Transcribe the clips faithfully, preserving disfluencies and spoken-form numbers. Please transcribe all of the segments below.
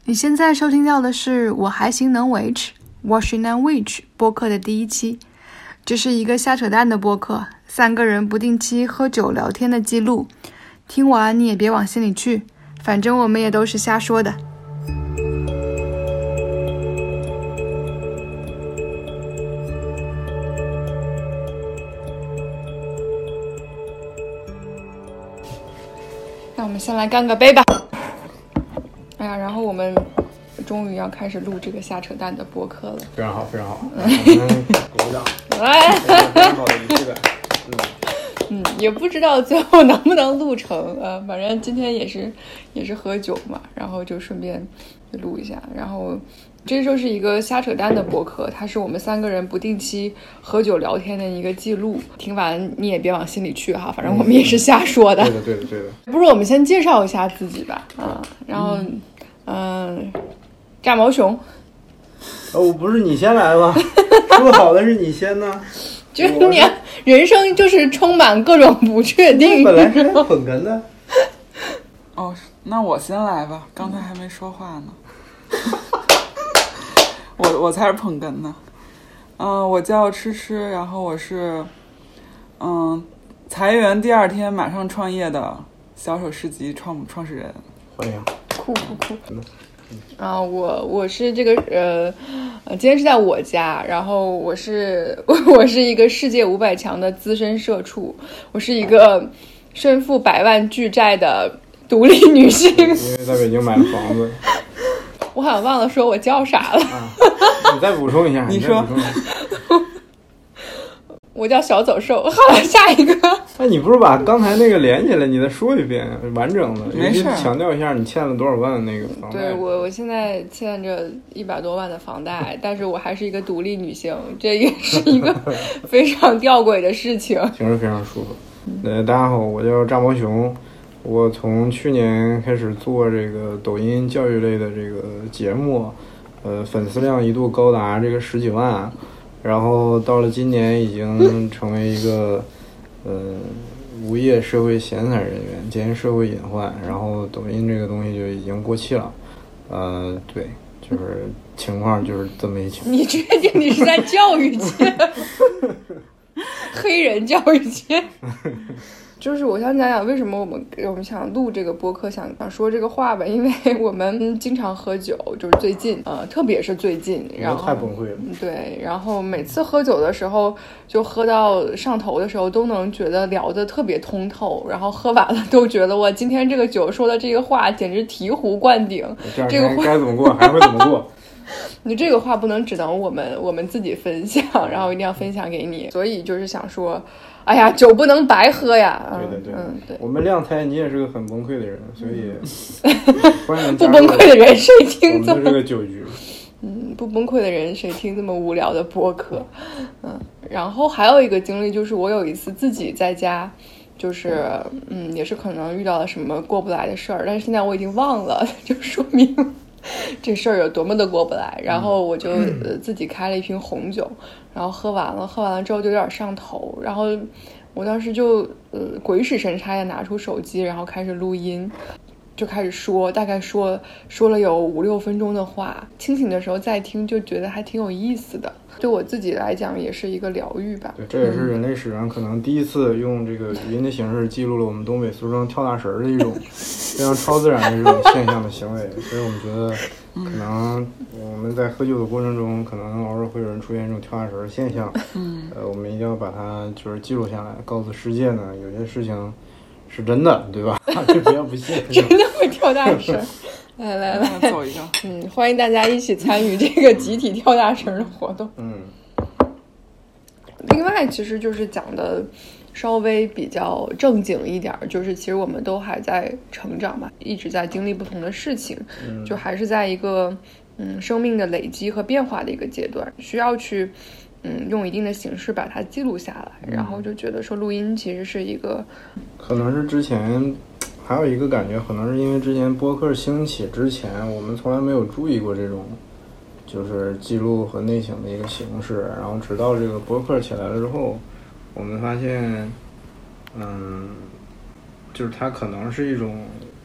你现在收听到的是我还行能维持 Washing and Witch 播客的第一期，这是一个瞎扯淡的播客，三个人不定期喝酒聊天的记录，听完你也别往心里去，反正我们也都是瞎说的。那我们先来干个杯吧。哎呀，然后我们终于要开始录这个瞎扯淡的播客了。 非常好，非常好，我们鼓掌。 来， 非常好的仪式感。 嗯，也不知道最后能不能录成，呃，反正今天也是也是喝酒嘛，然后就顺便录一下。然后这就是一个瞎扯淡的播客，它是我们三个人不定期喝酒聊天的一个记录。听完你也别往心里去哈，反正我们也是瞎说的。 对的，对的，对的。 不如我们先介绍一下自己吧，啊，然后嗯、呃，炸毛熊。 哦，不是你先来吗？说好的是你先呢。 就是你人生就是充满各种不确定。 本来是很哏的。 哦，那我先来吧，刚才还没说话呢。我我才是捧哏呢。嗯、呃，我叫吃吃，然后我是嗯裁员第二天马上创业的小手市集创创始人。 欢迎。 酷酷酷。啊，我我是这个呃呃，今天是在我家，然后我是我是一个世界五百强的资深社畜，我是一个身负百万巨债的独立女性。 因为在北京买了房子。 我好像忘了说我叫啥了。 啊、你再补充一下。 你说。 我叫小走兽。好了，下一个。 那你不是把刚才那个连起来，你再说一遍完整的， 没事。 强调一下你欠了多少万的那个房贷。 对，我我现在欠着一百多万的房贷，但是我还是一个独立女性，这也是一个非常吊诡的事情。 听着非常舒服。呃，大家好，我叫炸毛熊，我从去年开始做这个抖音教育类的这个节目，呃，粉丝量一度高达这个十几万。然后到了今年已经成为一个呃无业社会闲散人员，兼社会隐患，然后抖音这个东西就已经过气了。呃对，就是情况就是这么一情况。 你确定你是在教育界？黑人教育界。就是我想讲讲为什么我们我们想录这个播客，想想说这个话吧，因为我们经常喝酒，就是最近呃，特别是最近，然后太崩溃了。 对，然后每次喝酒的时候，就喝到上头的时候，都能觉得聊得特别通透，然后喝完了都觉得我今天这个酒说的这个话简直醍醐灌顶。这个该怎么过还会怎么过。 你这个话不能只能我们我们自己分享，然后一定要分享给你，所以就是想说。哎呀，酒不能白喝呀！ 对对对， 嗯，对。 我们亮猜你也是个很崩溃的人，所以欢迎不崩溃的人谁听这么这个酒局？ 嗯，不崩溃的人谁听这么无聊的播客？嗯，然后还有一个经历就是我有一次自己在家，就是嗯，也是可能遇到了什么过不来的事儿，但是现在我已经忘了，就说明这事儿有多么的过不来。然后我就、呃、自己开了一瓶红酒。然后喝完了，喝完了之后就有点上头，然后我当时就呃鬼使神差的拿出手机，然后开始录音，就开始说，大概说说了有五六分钟的话，清醒的时候再听就觉得还挺有意思的，对我自己来讲也是一个疗愈吧。 对，这也是人类史上可能第一次用这个语音的形式记录了我们东北俗称跳大神的一种非常超自然的这种现象的行为，所以我们觉得可能我们在喝酒的过程中，可能偶尔会有人出现这种跳大神的现象。 嗯， 呃，我们一定要把它就是记录下来，告诉世界呢，有些事情是真的，对吧？就不要不信。 真的会跳大神。来来来， 走一个。 嗯，欢迎大家一起参与这个集体跳大神的活动。 嗯。 另外，其实就是讲的稍微比较正经一点，就是其实我们都还在成长嘛，一直在经历不同的事情， 嗯、 就还是在一个嗯生命的累积和变化的一个阶段，需要去嗯用一定的形式把它记录下来， 嗯、 然后就觉得说录音其实是一个， 可能是之前还有一个感觉，可能是因为之前播客兴起之前，我们从来没有注意过这种就是记录和内省的一个形式，然后直到这个播客起来了之后，我们发现嗯就是它可能是一种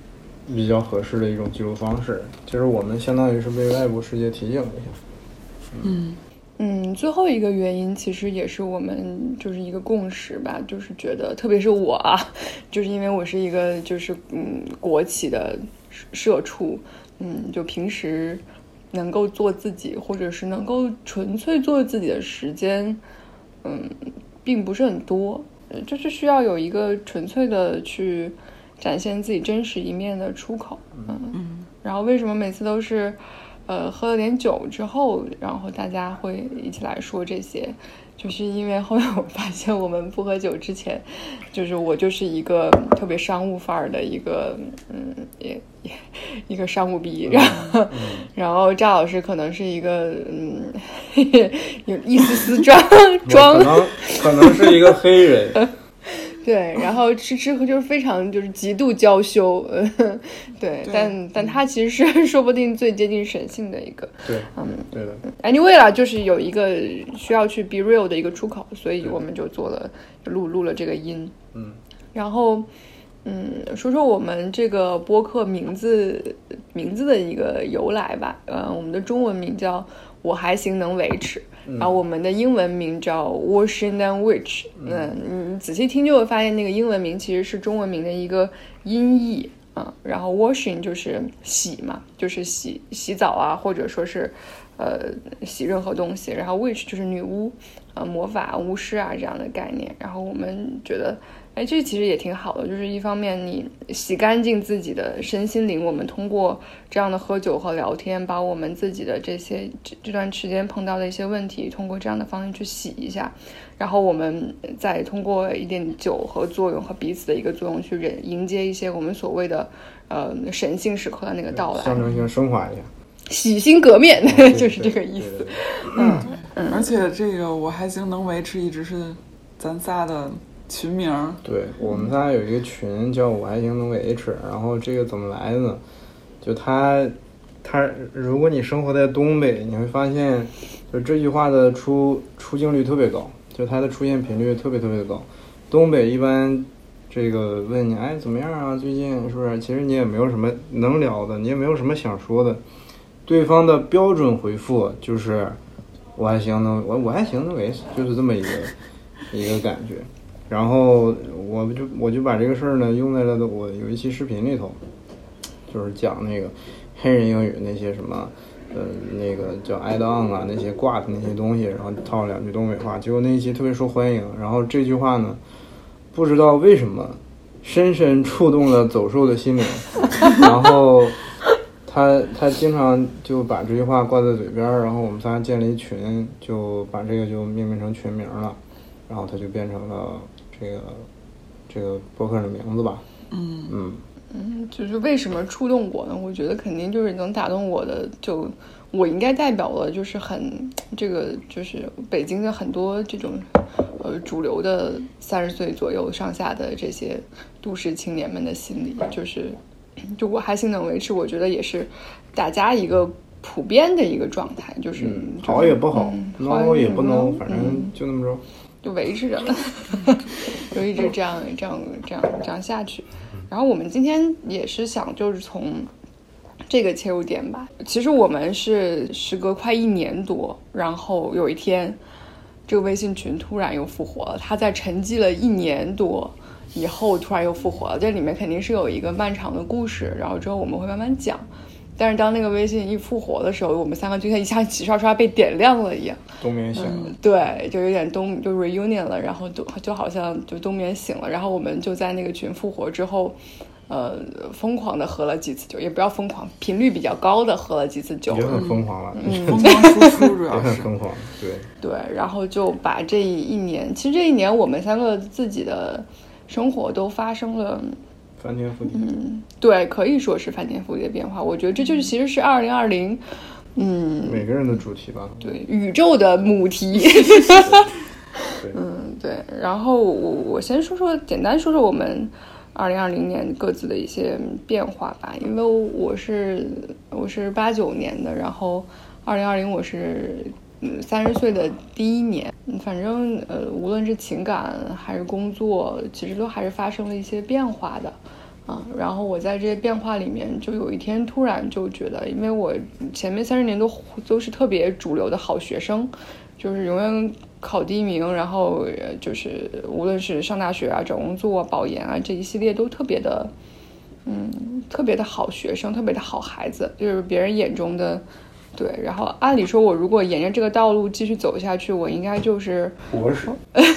比较合适的一种记录方式。其实我们相当于是被外部世界提醒了一下。 嗯嗯，最后一个原因其实也是我们就是一个共识吧，就是觉得，特别是我啊，就是因为我是一个就是嗯国企的社畜，嗯，就平时能够做自己，或者是能够纯粹做自己的时间，嗯，并不是很多，就是需要有一个纯粹的去展现自己真实一面的出口，嗯嗯。 然后为什么每次都是？呃，喝了点酒之后，然后大家会一起来说这些，就是因为后面我发现我们不喝酒之前，就是我就是一个特别商务范儿的一个，嗯，也也一个商务逼，然后、嗯、然后赵老师可能是一个，嗯，有一丝丝装装， 可能可能是一个黑人。 对，然后吃吃喝就是非常就是极度娇羞，对， 对但但他其实是说不定最接近神性的一个， 对， 嗯， 对的。 Anyway 啦，就是有一个需要去 be real 的一个出口，所以我们就做了录录了这个音， 嗯， 然后嗯，说说我们这个播客名字名字的一个由来吧，呃，我们的中文名叫我还行能维持。然后我们的英文名叫 Washington Witch， 嗯，你仔细听就会发现那个英文名其实是中文名的一个音译啊。然后 washing 就是洗嘛，就是洗洗澡啊，或者说是呃洗任何东西。然后 Witch 就是女巫，呃魔法巫师啊这样的概念。然后我们觉得，哎，这其实也挺好的，就是一方面你洗干净自己的身心灵，我们通过这样的喝酒和聊天，把我们自己的这些这这段时间碰到的一些问题，通过这样的方式去洗一下，然后我们再通过一点酒和作用和彼此的一个作用去忍迎接一些我们所谓的呃神性时刻的那个到来， 象征性升华一下， 洗心革面，就是这个意思。 嗯嗯，而且这个我还行能维持一直是咱仨的群名。 对，我们仨有一个群叫我还行能维持，然后这个怎么来的呢？就他他如果你生活在东北，你会发现就这句话的出出镜率特别高，就它的出现频率特别特别的高。东北一般这个问你哎怎么样啊，最近是不是，其实你也没有什么能聊的，你也没有什么想说的，对方的标准回复就是我还行能我我还行能维持，就是这么一个一个感觉。然后我就我就把这个事儿呢用在了我有一期视频里头，就是讲那个黑人英语那些什么呃那个叫 add on 啊，那些挂的那些东西，然后套两句东北话，结果那一期特别受欢迎。然后这句话呢不知道为什么深深触动了走兽的心灵，然后他他经常就把这句话挂在嘴边，然后我们仨建了一群，就把这个就命名成群名了，然后它就变成了这个这个播客的名字吧。 嗯嗯嗯，就是为什么触动我呢？我觉得肯定就是能打动我的，就我应该代表了，就是很这个就是北京的很多这种呃主流的三十岁左右上下的这些都市青年们的心理，就是就我还行能维持，我觉得也是大家一个普遍的一个状态，就是、 嗯、好也不好， 嗯、 孬也不孬， 嗯、 反正就那么着。 就维持着了，就一直这样这样这样这样下去。然后我们今天也是想就是从这个切入点吧。其实我们是时隔快一年多，然后有一天这个微信群突然又复活了，它在沉寂了一年多以后突然又复活了，这里面肯定是有一个漫长的故事，然后之后我们会慢慢讲。但是当那个微信一复活的时候，我们三个就像一下齐刷刷被点亮了一样， 冬眠醒了、 嗯、对，就有点冬就 reunion 了，然后就就好像就冬眠醒了，然后我们就在那个群复活之后呃，疯狂的喝了几次酒，也不要疯狂，频率比较高的喝了几次酒， 也很疯狂了， 嗯，疯狂输出主要是也很疯狂，对对，然后就把这一年，其实这一年我们三个自己的生活都发生了翻天覆地， 嗯，对，可以说是翻天覆地的变化。我觉得这就是其实是二零二零，嗯， 每个人的主题吧， 对，宇宙的母题。 对嗯，对。然后我我先说说，简单说说我们二零二零年各自的一些变化吧。因为我是我是八九年的，然后二零二零我是嗯三十岁的第一年，反正呃无论是情感还是工作，其实都还是发生了一些变化的。 啊，然后我在这些变化里面，就有一天突然就觉得，因为我前面三十年都都是特别主流的好学生，就是永远考第一名，然后就是无论是上大学啊、找工作啊、保研啊这一系列都特别的，嗯，特别的好学生，特别的好孩子，就是别人眼中的。对，然后按理说，我如果沿着这个道路继续走下去，我应该就是博士。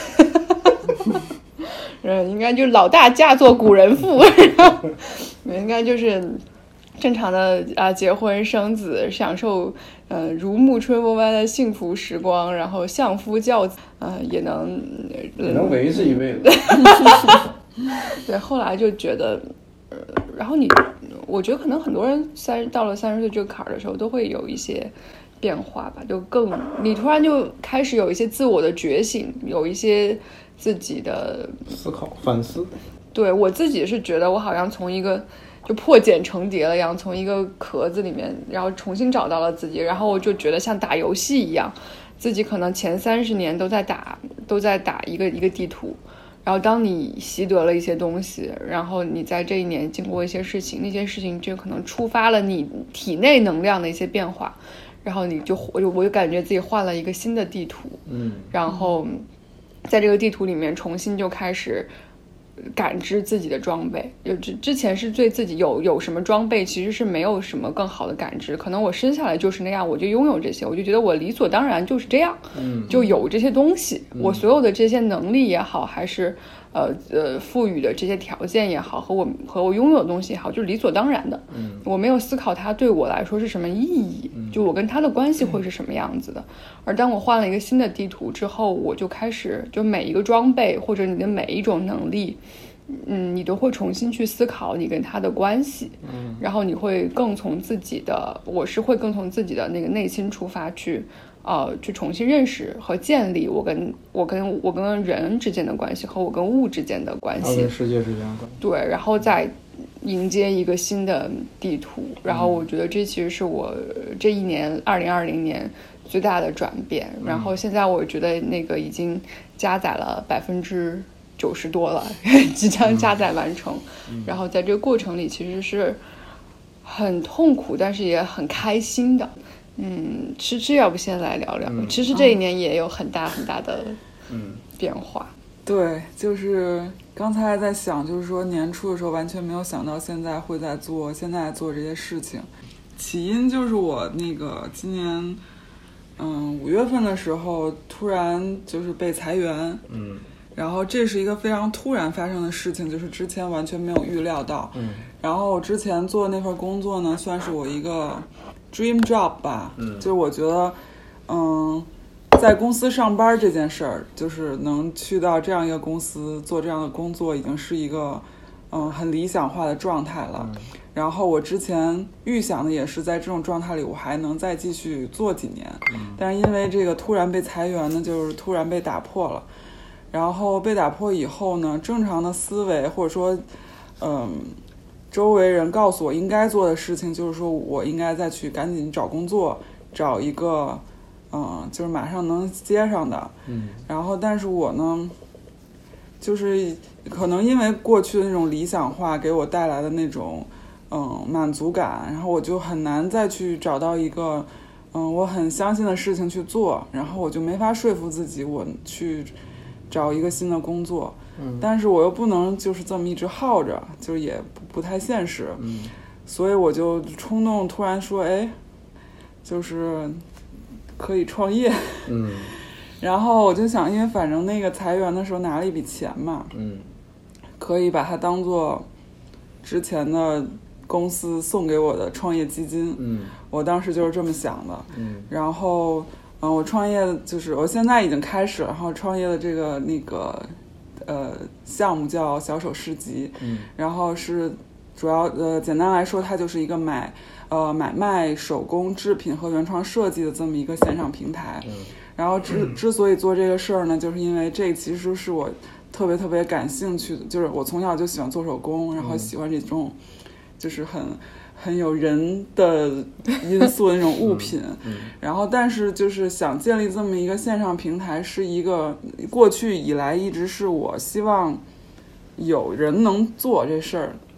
嗯，应该就是老大嫁作古人妇，然后应该就是正常的啊，结婚生子，享受呃如沐春风般的幸福时光，然后相夫教子，呃，也能也能维持一辈子。 对，后来就觉得，呃，然后你，我觉得可能很多人三到了三十岁这个坎儿的时候，都会有一些变化吧，就更你突然就开始有一些自我的觉醒，有一些自己的思考反思。 对，我自己是觉得我好像从一个就破茧成蝶了一样，从一个壳子里面，然后重新找到了自己，然后我就觉得像打游戏一样，自己可能前三十年都在打都在打一个一个地图，然后当你习得了一些东西，然后你在这一年经过一些事情，那些事情就可能触发了你体内能量的一些变化，然后你就我就我就感觉自己换了一个新的地图， 嗯， 然后在这个地图里面重新就开始感知自己的装备，就之之前是对自己有有什么装备其实是没有什么更好的感知，可能我生下来就是那样，我就拥有这些，我就觉得我理所当然就是这样， 嗯， 就有这些东西，嗯，我所有的这些能力也好，还是呃呃赋予的这些条件也好，和我和我拥有的东西也好，就是理所当然的， 嗯， 我没有思考它对我来说是什么意义，嗯，就我跟它的关系会是什么样子的，嗯，而当我换了一个新的地图之后，我就开始就每一个装备或者你的每一种能力，嗯，你都会重新去思考你跟他的关系，嗯，然后你会更从自己的，我是会更从自己的那个内心出发去，呃，去重新认识和建立我跟我跟我跟人之间的关系和我跟物之间的关系， 跟世界之间的关系， 对，然后再迎接一个新的地图，然后我觉得这其实是我这一年二零二零年最大的转变，然后现在我觉得那个已经加载了百分之九十多了，即将加载完成，嗯，然后在这个过程里其实是很痛苦但是也很开心的。嗯，吃吃要不先来聊聊，嗯，吃吃这一年也有很大很大的嗯变化， 嗯，对，就是刚才在想，就是说年初的时候完全没有想到现在会在做现在做这些事情，起因就是我那个今年嗯五月份的时候突然就是被裁员， 嗯， 然后这是一个非常突然发生的事情，就是之前完全没有预料到， 嗯， 然后我之前做的那份工作呢算是我一个 dream job 吧， 嗯， 就是我觉得嗯在公司上班这件事儿，就是能去到这样一个公司做这样的工作已经是一个嗯很理想化的状态了，嗯，然后我之前预想的也是在这种状态里我还能再继续做几年，嗯，但是因为这个突然被裁员呢，就是突然被打破了，然后被打破以后呢，正常的思维或者说嗯周围人告诉我应该做的事情就是说我应该再去赶紧找工作，找一个嗯就是马上能接上的， 嗯， 然后但是我呢就是可能因为过去的那种理想化给我带来的那种嗯满足感，然后我就很难再去找到一个嗯我很相信的事情去做，然后我就没法说服自己我去找一个新的工作，嗯，但是我又不能就是这么一直耗着，就是也不太现实， 嗯， 所以我就冲动突然说，哎，就是可以创业， 嗯， 然后我就想，因为反正那个裁员的时候拿了一笔钱嘛， 嗯， 可以把它当做之前的公司送给我的创业基金， 嗯， 我当时就是这么想的， 嗯， 然后嗯，我创业就是我现在已经开始，然后创业的这个那个呃项目叫小手市集， 嗯， 然后是主要呃简单来说，它就是一个买呃买卖手工制品和原创设计的这么一个线上平台， 嗯， 然后之之所以做这个事儿呢，就是因为这其实是我特别特别感兴趣的，就是我从小就喜欢做手工，然后喜欢这种就是很。很有人的因素的那种物品， 嗯嗯， 然后但是就是想建立这么一个线上平台，是一个过去以来一直是我希望有人能做这事儿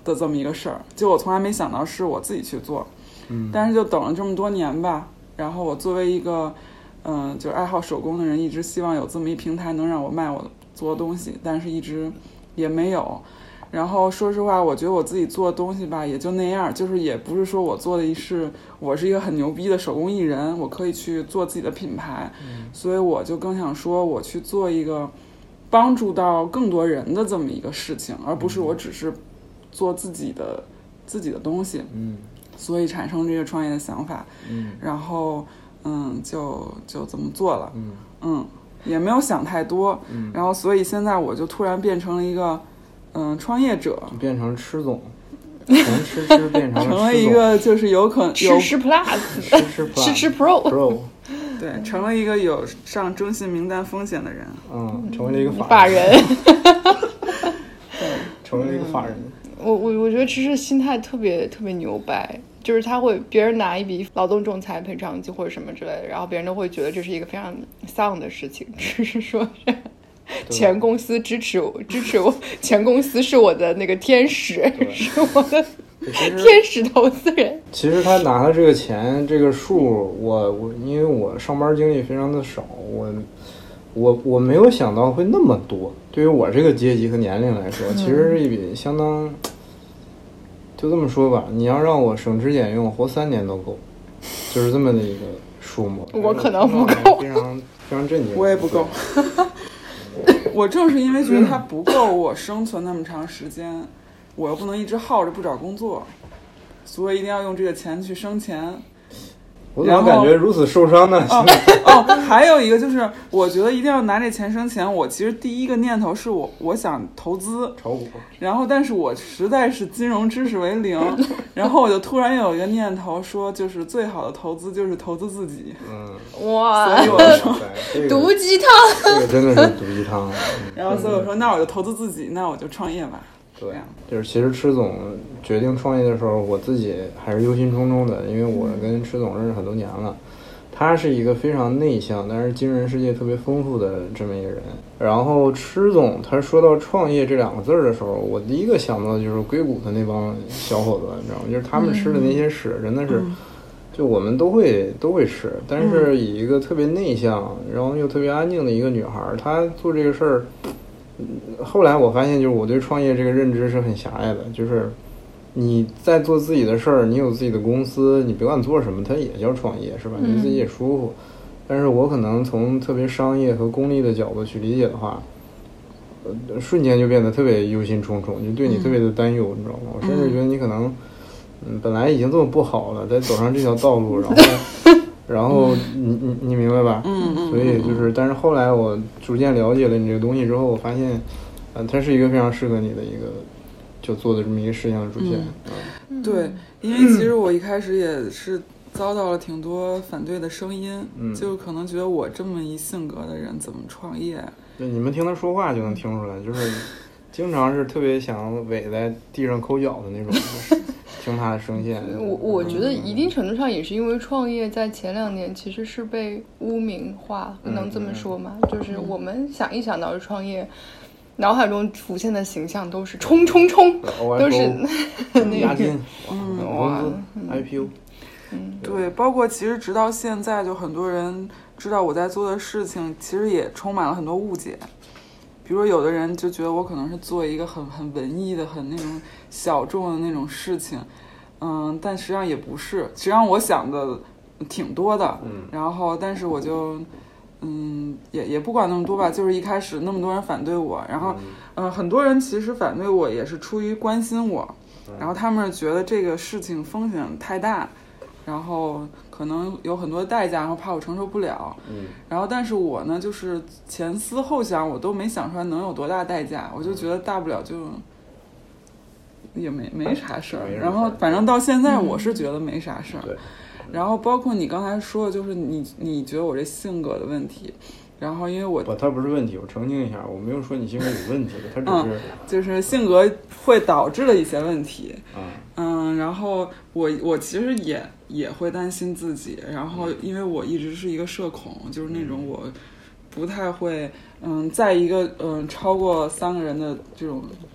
的这么一个事儿，就我从来没想到是我自己去做， 嗯， 但是就等了这么多年吧，然后我作为一个嗯、呃，就是爱好手工的人，一直希望有这么一平台能让我卖我做的东西，但是一直也没有。然后说实话，我觉得我自己做的东西吧，也就那样，就是也不是说我做的是我是一个很牛逼的手工艺人，我可以去做自己的品牌， 嗯， 所以我就更想说，我去做一个帮助到更多人的这么一个事情，而不是我只是做自己的自己的东西。 嗯， 所以产生这个创业的想法。 嗯， 然后嗯，就就这么做了。 嗯嗯，也没有想太多。 嗯， 然后所以现在我就突然变成了一个嗯创业者， 变成吃总，从吃吃变成了成了一个就是有可能有吃吃 plus 吃吃 plus 吃吃 pro pro， 对，成了一个有上征信名单风险的人。 嗯，成为了一个法法人。 对，成为了一个法人。 我我我觉得其实心态特别特别牛掰，就是他会别人拿一笔劳动仲裁赔偿金或者什么之类的，然后别人都会觉得这是一个非常丧的事情，只是说是前公司支持我支持我，前公司是我的那个天使，是我的天使投资人。 其实他拿了这个钱这个数，我我因为我上班经历非常的少，我我我没有想到会那么多。对于我这个阶级和年龄来说，其实是一笔相当，就这么说吧，你要让我省吃俭用活三年都够，就是这么的一个数目。 我可能不够， 非常非常震惊。 我也不够。我正是因为觉得它不够我生存那么长时间，我又不能一直耗着不找工作，所以一定要用这个钱去生钱。 我怎么感觉如此受伤呢？ 哦哦，还有一个就是，我觉得一定要拿这钱生钱。我其实第一个念头是我我想投资炒股， 然后但是我实在是金融知识为零，然后我就突然有一个念头说，就是最好的投资就是投资自己。 嗯， 哇，所以我说、 这个、 毒鸡汤， 这个真的是毒鸡汤。 然后所以我说，那我就投资自己，那我就创业吧。 对，就是其实吃总决定创业的时候，我自己还是忧心忡忡的，因为我跟吃总认识很多年了。他是一个非常内向，但是精神世界特别丰富的这么一个人。然后吃总他说到创业这两个字的时候，我第一个想到的就是硅谷的那帮小伙子，你知道吗？就是他们吃的那些屎，真的是，就我们都会都会吃，但是以一个特别内向，然后又特别安静的一个女孩，她做这个事儿。后来我发现，就是我对创业这个认知是很狭隘的，就是你在做自己的事儿，你有自己的公司，你不管做什么，它也叫创业，是吧？你自己也舒服。但是我可能从特别商业和功利的角度去理解的话，呃，瞬间就变得特别忧心忡忡，就对你特别的担忧，你知道吗？我甚至觉得你可能，嗯，本来已经这么不好了，再走上这条道路，然后。然后你你你明白吧？ 嗯嗯。 所以就是，但是后来我逐渐了解了你这个东西之后，我发现，呃，它是一个非常适合你的一个就做的这么一个事情的主线。 嗯、对，因为其实我一开始也是遭到了挺多反对的声音，嗯、就可能觉得我这么一性格的人怎么创业？ 对，你们听他说话就能听出来，就是经常是特别想萎在地上抠脚的那种。听他的声线， 我我觉得一定程度上也是因为创业在前两年其实是被污名化，能这么说吗？嗯、就是我们想一想到创业，脑海中浮现的形象都是冲冲冲，都是那押金、 嗯、 融资、I P O。 嗯，对，包括其实直到现在，就很多人知道我在做的事情，其实也充满了很多误解。比如有的人就觉得我可能是做一个很很文艺的、很那种小众的那种事情，嗯，但实际上也不是，实际上我想的挺多的， 嗯， 然后但是我就，嗯，也也不管那么多吧，就是一开始那么多人反对我，然后，嗯、呃，很多人其实反对我也是出于关心我，然后他们是觉得这个事情风险太大。然后可能有很多代价，然后怕我承受不了。 嗯， 然后但是我呢，就是前思后想，我都没想出来能有多大代价，我就觉得大不了就也没没啥事儿。然后反正到现在我是觉得没啥事儿。 对、嗯。 然后包括你刚才说的，就是你你觉得我这性格的问题。然后因为我不，它不是问题，我澄清一下，我没有说你性格有问题，它只是、 嗯、就是性格会导致的一些问题。 嗯嗯，然后我我其实也也会担心自己，然后因为我一直是一个社恐，就是那种我不太会嗯在一个嗯超过三个人的这种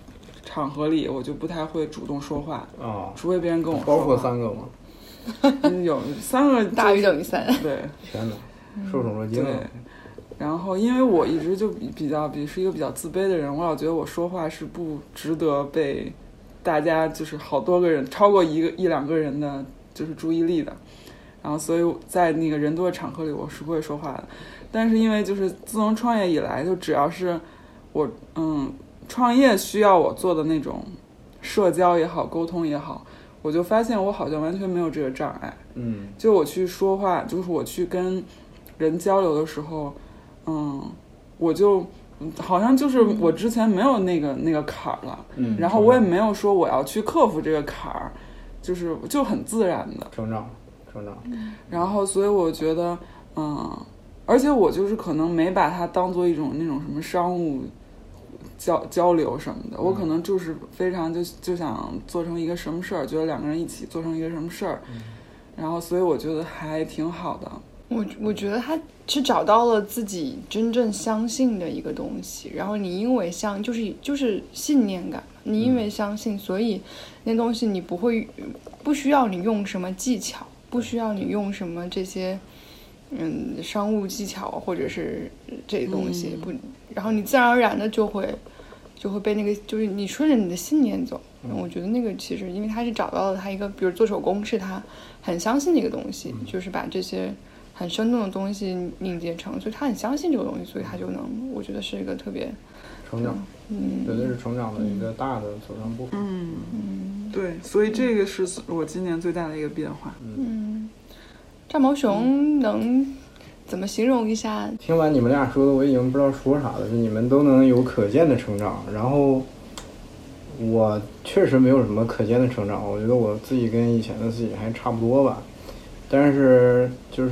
场合里，我就不太会主动说话啊、哦， 除非别人跟我说话。 包括三个吗？ 有三个大于等于三。 对， 天哪，受宠若惊。 对。然后，因为我一直就比比较比是一个比较自卑的人，我老觉得我说话是不值得被大家就是好多个人超过一个一两个人的就是注意力的。然后，所以在那个人多的场合里，我是不会说话的。但是因为就是自从创业以来，就只要是我嗯创业需要我做的那种社交也好，沟通也好，我就发现我好像完全没有这个障碍。 嗯， 就我去说话，就是我去跟人交流的时候。嗯，我就好像就是我之前没有那个那个坎儿了， 嗯， 然后我也没有说我要去克服这个坎儿，就是就很自然的成长，成长。 然后，所以我觉得，嗯，而且我就是可能没把它当做一种那种什么商务交交流什么的，我可能就是非常就就想做成一个什么事儿，觉得两个人一起做成一个什么事儿， 嗯， 然后所以我觉得还挺好的。 我我觉得他是找到了自己真正相信的一个东西，然后你因为相就是就是信念感，你因为相信，所以那东西你不会不需要你用什么技巧，不需要你用什么这些嗯商务技巧或者是这些东西， 嗯、 不，然后你自然而然的就会就会被那个就是你顺着你的信念走。 嗯、 我觉得那个其实因为他是找到了他一个，比如做手工是他很相信的一个东西， 嗯、 就是把这些。很生动的东西凝结成，所以他很相信这个东西，所以他就能，我觉得是一个特别成长， 嗯， 绝对是成长的一个大的组成部分。 嗯嗯，对，所以这个是我今年最大的一个变化。 嗯，战毛熊能怎么形容一下？ 听完你们俩说的，我已经不知道说啥了。就你们都能有可见的成长，然后我确实没有什么可见的成长，我觉得我自己跟以前的自己还差不多吧。但是就是，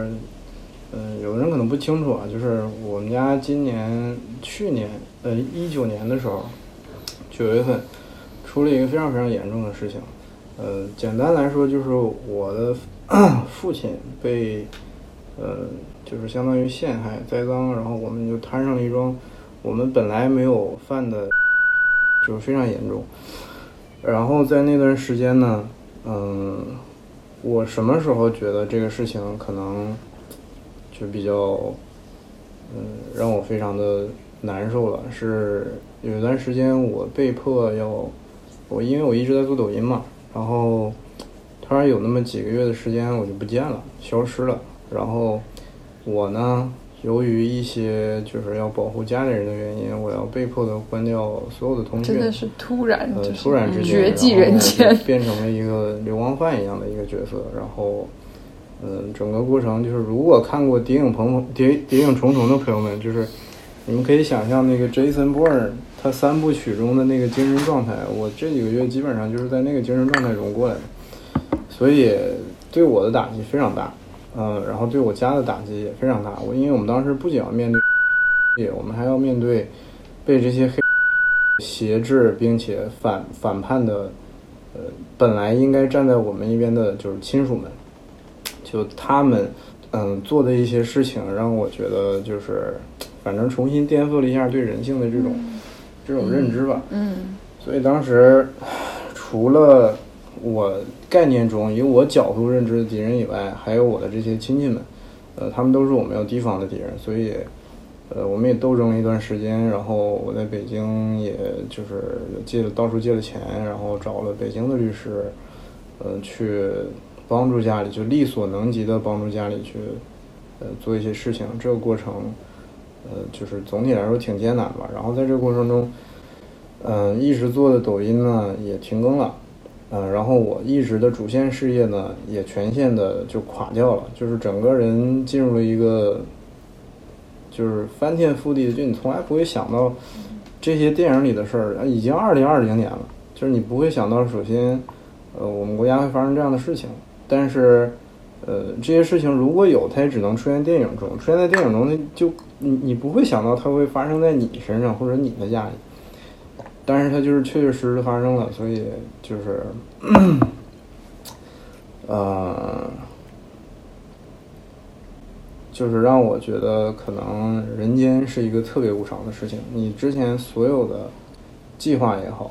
嗯、呃，有的人可能不清楚啊，就是我们家今年、去年，呃，一九年的时候，九月份，出了一个非常非常严重的事情。呃，简单来说，就是我的父亲被，呃，就是相当于陷害、栽赃，然后我们就摊上了一桩我们本来没有犯的，就是非常严重。然后在那段时间呢，嗯、呃。我什么时候觉得这个事情可能就比较嗯让我非常的难受了，是有一段时间我被迫要我因为我一直在做抖音嘛，然后突然有那么几个月的时间我就不见了，消失了。然后我呢由于一些就是要保护家里人的原因，我要被迫的关掉所有的通讯， 真的是突然， 呃， 就是突然之间绝迹人间， 变成了一个流亡犯一样的一个角色。然后，嗯、呃，整个过程就是，如果看过《谍影重重》《谍谍影重重》的朋友们，就是你们可以想象那个 Jason Bourne 他三部曲中的那个精神状态，我这几个月基本上就是在那个精神状态中过来的，所以对我的打击非常大。嗯，然后对我家的打击也非常大。我因为我们当时不仅要面对，我们还要面对被这些黑挟制并且反反叛的，呃，本来应该站在我们一边的就是亲属们，就他们嗯做的一些事情，让我觉得就是反正重新颠覆了一下对人性的这种、嗯、这种认知吧。 嗯， 所以当时除了我概念中以我角度认知的敌人以外，还有我的这些亲戚们，呃，他们都是我们要提防的敌人，所以，呃，我们也斗争了一段时间，然后我在北京也就是借了到处借了钱，然后找了北京的律师，呃，去帮助家里，就力所能及的帮助家里去，呃，做一些事情。这个过程，呃，就是总体来说挺艰难吧。然后在这个过程中，嗯、呃，一直做的抖音呢也停更了。嗯，然后我一直的主线事业呢，也全线的就垮掉了，就是整个人进入了一个，就是翻天覆地的，就你从来不会想到这些电影里的事儿，已经二零二零年了，就是你不会想到，首先，呃，我们国家会发生这样的事情，但是，呃，这些事情如果有，它也只能出现电影中，出现在电影中，那就你你不会想到它会发生在你身上或者你的家里。但是它就是确确实实的发生了，所以就是，呃，就是让我觉得可能人间是一个特别无常的事情。你之前所有的计划也好，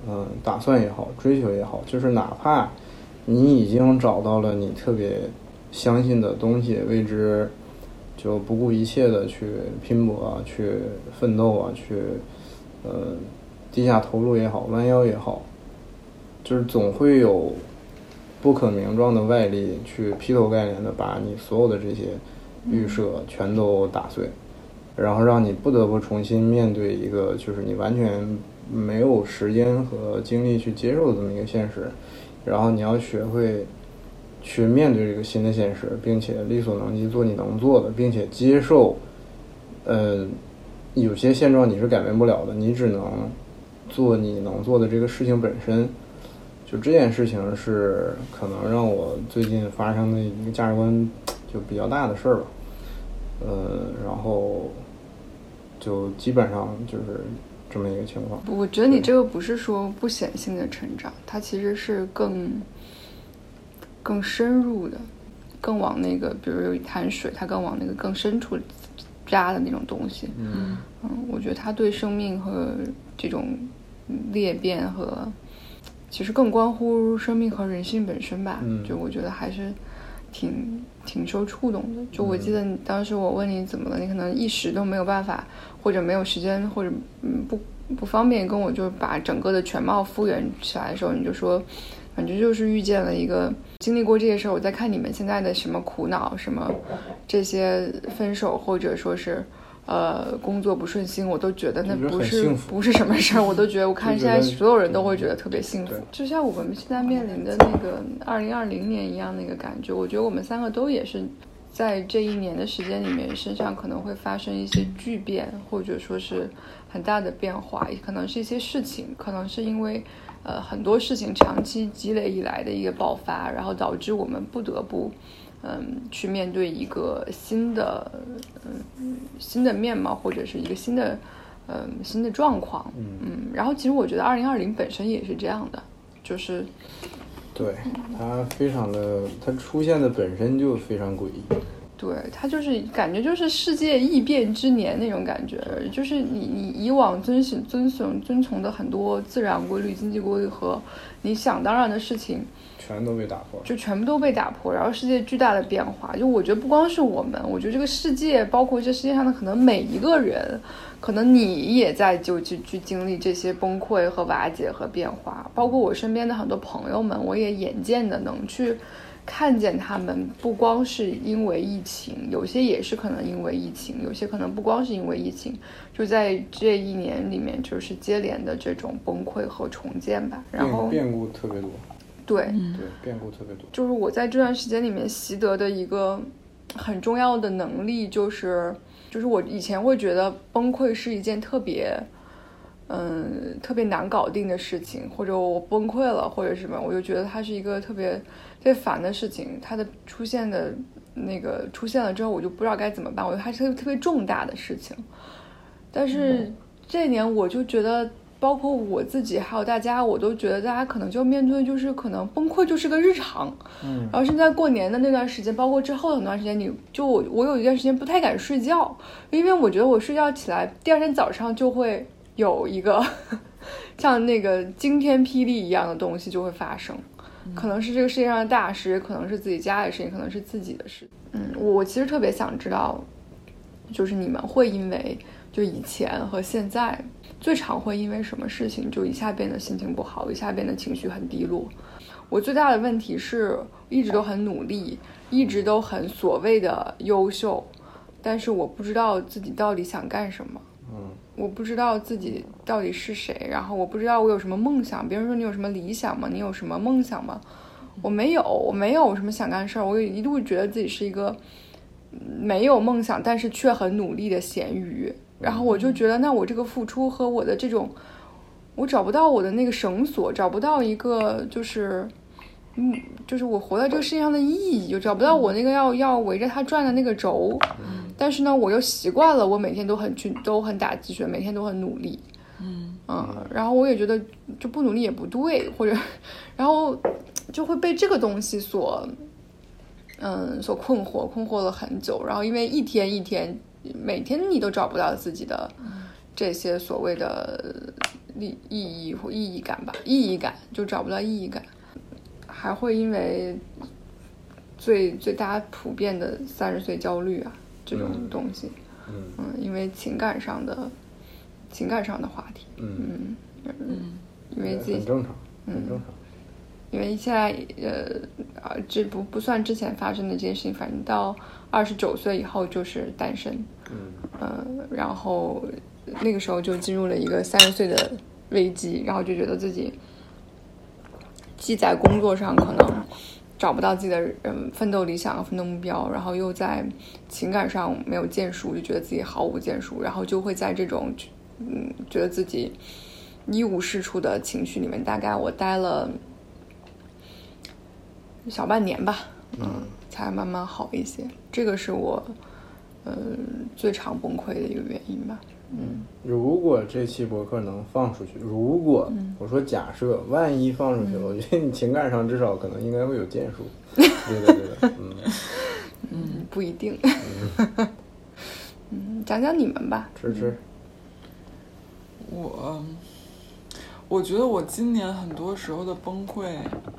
嗯，打算也好，追求也好，就是哪怕你已经找到了你特别相信的东西，为之就不顾一切的去拼搏啊，去奋斗啊，去呃低下头颅也好，弯腰也好，就是总会有不可名状的外力去劈头盖脸的把你所有的这些预设全都打碎，然后让你不得不重新面对一个就是你完全没有时间和精力去接受的这么一个现实，然后你要学会去面对这个新的现实，并且力所能及做你能做的，并且接受呃有些现状你是改变不了的，你只能做你能做的这个事情本身。就这件事情是可能让我最近发生的一个价值观就比较大的事儿吧，呃，然后就基本上就是这么一个情况。 我觉得你这个不是说不显性的成长，它其实是更更深入的，更往那个，比如有一潭水，它更往那个更深处扎的那种东西。 嗯嗯，我觉得它对生命和这种裂变和其实更关乎生命和人性本身吧。 嗯， 就我觉得还是挺挺受触动的。就我记得你当时我问你怎么了，你可能一时都没有办法，或者没有时间，或者嗯不不方便跟我就把整个的全貌复原起来的时候，你就说反正就是遇见了一个经历过这些事儿，我在看你们现在的什么苦恼，什么这些分手，或者说是呃工作不顺心，我都觉得那不是不是什么事儿，我都觉得我看现在所有人都会觉得特别幸福，就像我们现在面临的那个二零二零年一样那个感觉。我觉得我们三个都也是在这一年的时间里面，身上可能会发生一些巨变，或者说是很大的变化，也可能是一些事情，可能是因为呃很多事情长期积累以来的一个爆发，然后导致我们不得不嗯去面对一个新的嗯新的面貌，或者是一个新的嗯新的状况。嗯，然后其实我觉得二零二零本身也是这样的，就是对，它非常的，它出现的本身就非常诡异。 对，它就是感觉就是世界异变之年那种感觉，就是你你以往遵循遵循遵从的很多自然规律、经济规律和你想当然的事情， 全都被打破， 就全部都被打破，然后世界巨大的变化。就我觉得不光是我们，我觉得这个世界，包括这世界上的可能每一个人，可能你也在就去去经历这些崩溃和瓦解和变化。包括我身边的很多朋友们，我也眼见的能去看见他们，不光是因为疫情，有些也是可能因为疫情，有些可能不光是因为疫情，就在这一年里面就是接连的这种崩溃和重建吧。然后变故特别多。 对、 嗯、对，变故特别多。 就是我在这段时间里面习得的一个很重要的能力，就是就是我以前会觉得崩溃是一件特别嗯特别难搞定的事情，或者我崩溃了或者什么，我就觉得它是一个特别特别烦的事情，它的出现的那个出现了之后我就不知道该怎么办，我觉得它是个特别重大的事情。但是这一年我就觉得包括我自己还有大家，我都觉得大家可能就面对就是可能崩溃就是个日常。 嗯， 然后是在过年的那段时间，包括之后的很长时间，你就我我有一段时间不太敢睡觉，因为我觉得我睡觉起来第二天早上就会有一个像那个惊天霹雳一样的东西就会发生，可能是这个世界上的大事，可能是自己家里的事情，可能是自己的事。嗯，我其实特别想知道，就是你们会因为就以前和现在最常会因为什么事情就一下变得心情不好，一下变得情绪很低落。我最大的问题是一直都很努力，一直都很所谓的优秀，但是我不知道自己到底想干什么。 嗯， 我不知道自己到底是谁，然后我不知道我有什么梦想。别人说你有什么理想吗？你有什么梦想吗？我没有，我没有什么想干事儿。我一度觉得自己是一个没有梦想但是却很努力的咸鱼。然后我就觉得那我这个付出和我的这种，我找不到我的那个绳索，找不到一个就是嗯，就是我活在这个世界上的意义，就找不到我那个要要围着它转的那个轴。但是呢我又习惯了我每天都很去都很打鸡血，每天都很努力。 嗯嗯，然后我也觉得就不努力也不对，或者然后就会被这个东西所嗯所困惑困惑了很久。然后因为一天一天每天你都找不到自己的这些所谓的意义或意义感吧，意义感就找不到意义感，还会因为最最大家普遍的三十岁焦虑啊这种东西， 嗯嗯, 嗯，因为情感上的情感上的话题， 嗯嗯嗯，因为自己很正常，很正常。 因为现在呃啊，这不不算之前发生的这件事情，反正到二十九岁以后就是单身， 嗯呃，然后那个时候就进入了一个三十岁的危机，然后就觉得自己既在工作上可能找不到自己的嗯奋斗理想、奋斗目标，然后又在情感上没有建树，就觉得自己毫无建树，然后就会在这种嗯觉得自己一无是处的情绪里面，大概我待了小半年吧，嗯，才慢慢好一些。这个是我，嗯、呃，最常崩溃的一个原因吧。嗯， 如果这期博客能放出去，如果、嗯、我说假设，万一放出去了、嗯，我觉得你情感上至少可能应该会有建树。对的，对的，嗯， 嗯，不一定。嗯，嗯讲讲你们吧， 吃吃。 我，我觉得我今年很多时候的崩溃。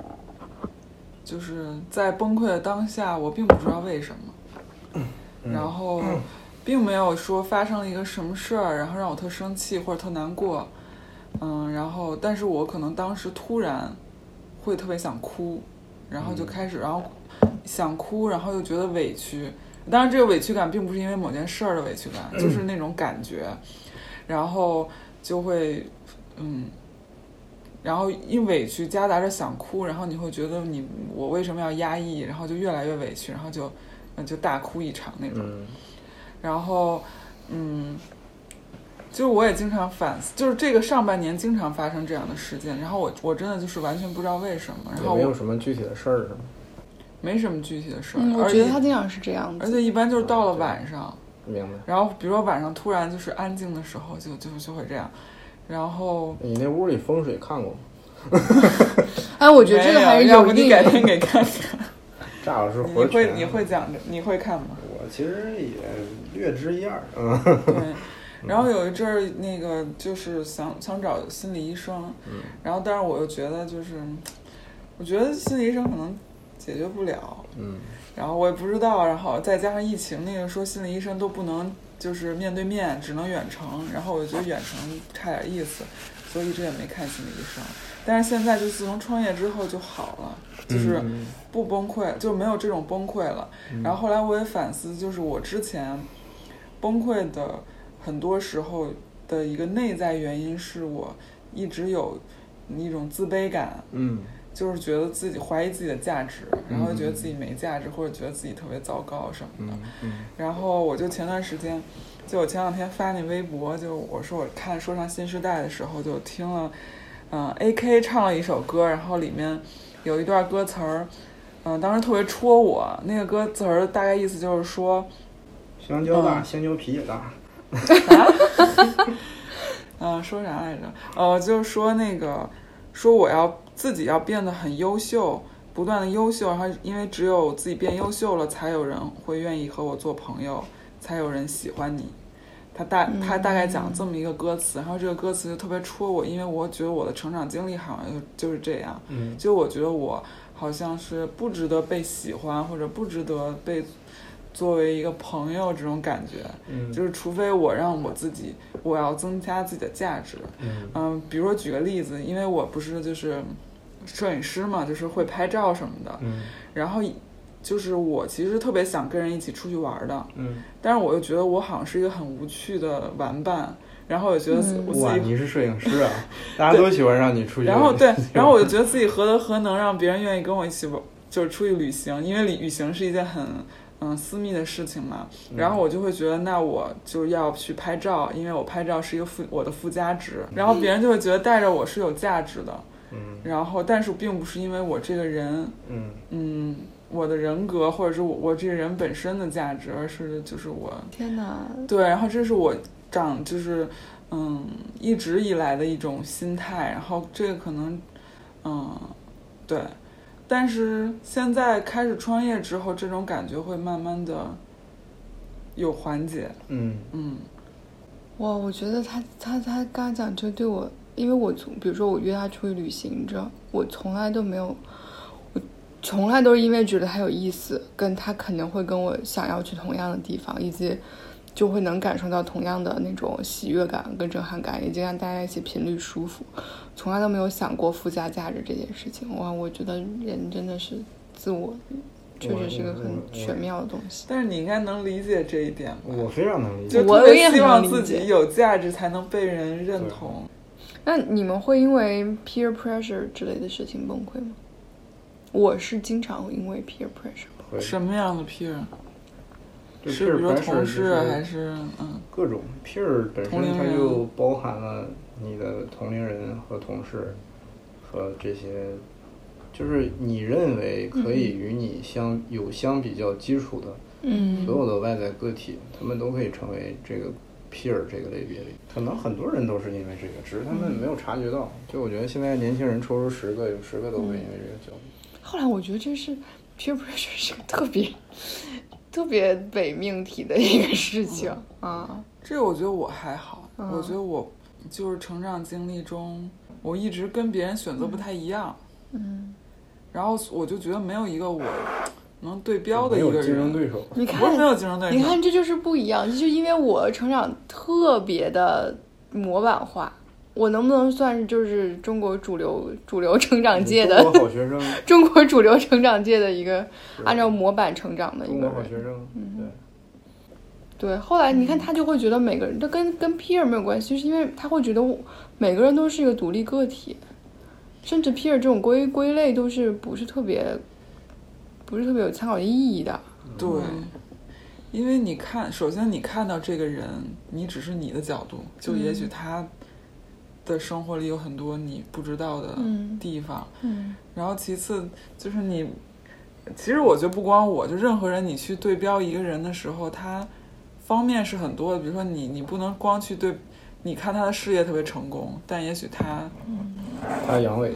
就是在崩溃的当下，我并不知道为什么，然后并没有说发生了一个什么事儿，然后让我特生气或者特难过，嗯，然后但是我可能当时突然会特别想哭，然后就开始，然后想哭，然后又觉得委屈，当然这个委屈感并不是因为某件事儿的委屈感，就是那种感觉，然后就会嗯。然后一委屈夹杂着想哭，然后你会觉得你我为什么要压抑，然后就越来越委屈，然后就就大哭一场那种、嗯、然后嗯就是我也经常反思，就是这个上半年经常发生这样的事件，然后我我真的就是完全不知道为什么，然后没有什么具体的事儿是吗？ 没什么具体的事儿、 嗯、我觉得他经常是这样子， 而且一般就是到了晚上、 嗯、明白， 然后比如说晚上突然就是安静的时候就就就会这样，然后你那屋里风水看过吗？ 哎，我觉得这个还是要不你改天给看看。 炸老师活你会你会讲你会看吗？ 我其实也略知一二，嗯， 对。然后有一阵儿那个就是想想找心理医生， 嗯， 然后但是我又觉得就是，我觉得心理医生可能解决不了， 嗯， 然后我也不知道，然后再加上疫情那个说心理医生都不能就是面对面，只能远程，然后我就觉得远程差点意思，所以一直也没看心理医生。但是现在就自从创业之后就好了，就是不崩溃，就没有这种崩溃了。然后后来我也反思，就是我之前崩溃的很多时候的一个内在原因是我一直有一种自卑感， 嗯， 就是觉得自己怀疑自己的价值，然后觉得自己没价值，或者觉得自己特别糟糕什么的。然后我就前段时间，就我前两天发那微博，就我说我看说唱新时代的时候，就听了。嗯 ，A K 唱了一首歌，然后里面有一段歌词儿，嗯，当时特别戳我。那个歌词儿大概意思就是说， 香蕉大，嗯、香蕉皮也大。 啥？嗯，说啥来着？哦，就是说那个，说我要自己要变得很优秀，不断的优秀，然后因为只有自己变优秀了，才有人会愿意和我做朋友，才有人喜欢你。他大他大概讲这么一个歌词，然后这个歌词就特别戳我，因为我觉得我的成长经历好像就是这样， 嗯， 就我觉得我好像是不值得被喜欢，或者不值得被作为一个朋友这种感觉， 嗯， 就是除非我让我自己，我要增加自己的价值， 嗯， 嗯，比如说举个例子，因为我不是就是摄影师嘛，就是会拍照什么的， 嗯， 然后。就是我其实特别想跟人一起出去玩的， 嗯， 但是我又觉得我好像是一个很无趣的玩伴，然后我觉得我自己、 嗯、哇，你是摄影师啊，大家都喜欢让你出去。 然后对，然后我就觉得自己何德何能让别人愿意跟我一起玩，就是出去旅行，因为旅行是一件很嗯私密的事情嘛。然后我就会觉得，那我就要去拍照，因为我拍照是一个附我的附加值，然后别人就会觉得带着我是有价值的， 嗯， 然后但是并不是因为我这个人， 嗯嗯。我的人格或者是我我这个人本身的价值，而是就是我天哪， 对，然后这是我长就是嗯一直以来的一种心态，然后这个可能嗯对，但是现在开始创业之后，这种感觉会慢慢的有缓解， 嗯嗯， 哇，我觉得他他他刚刚讲这对我因为我从比如说我约他出去旅行，你知道，我从来都没有，我从来都是因为觉得他有意思，跟他可能会跟我想要去同样的地方，以及就会能感受到同样的那种喜悦感跟震撼感，以及让大家一起频率舒服，从来都没有想过附加价值这件事情。哇，我觉得人真的是自我确实是个很玄妙的东西。 但是你应该能理解这一点吧？ 我非常能理解， 就特别希望自己有价值才能被人认同。 那你们会因为 peer pressure 之类的事情崩溃吗？我是经常会因为 peer pressure。 什么样的 peer？ 是比如说同事还是嗯各种 peer 本身它就包含了你的同龄人和同事和这些，就是你认为可以与你相、嗯、有相比较基础的， 嗯， 所有的外在个体，他们都可以成为这个 peer 这个类别里。可能很多人都是因为这个，只是他们没有察觉到。就我觉得现在年轻人抽出十个，有十个都会因为这个焦虑。 后来我觉得这是 peer pressure 是个特别。特别伪命题的一个事情啊、嗯！ 这个我觉得我还好、 嗯， 我觉得我就是成长经历中，我一直跟别人选择不太一样， 嗯， 然后我就觉得没有一个我能对标的一个人， 没有竞争对手。 你看， 不是没有竞争对手， 你看这就是不一样，就是因为我成长特别的模板化。我能不能算是就是中国主流主流成长界的中国好学生？ 中国主流成长界的一个按照模板成长的一个人。 中国好学生， 嗯，对。对，后来你看他就会觉得每个人，他跟跟 peer 没有关系，就是因为他会觉得每个人都是一个独立个体，甚至 peer 这种归归类都是不是特别不是特别有参考意义的。 对。因为你看，首先你看到这个人，你只是你的角度，就也许他的生活里有很多你不知道的地方， 嗯嗯、 然后其次就是你，其实我觉得不光我，就任何人你去对标一个人的时候，他方面是很多的，比如说你你不能光去对，你看他的事业特别成功，但也许他他阳痿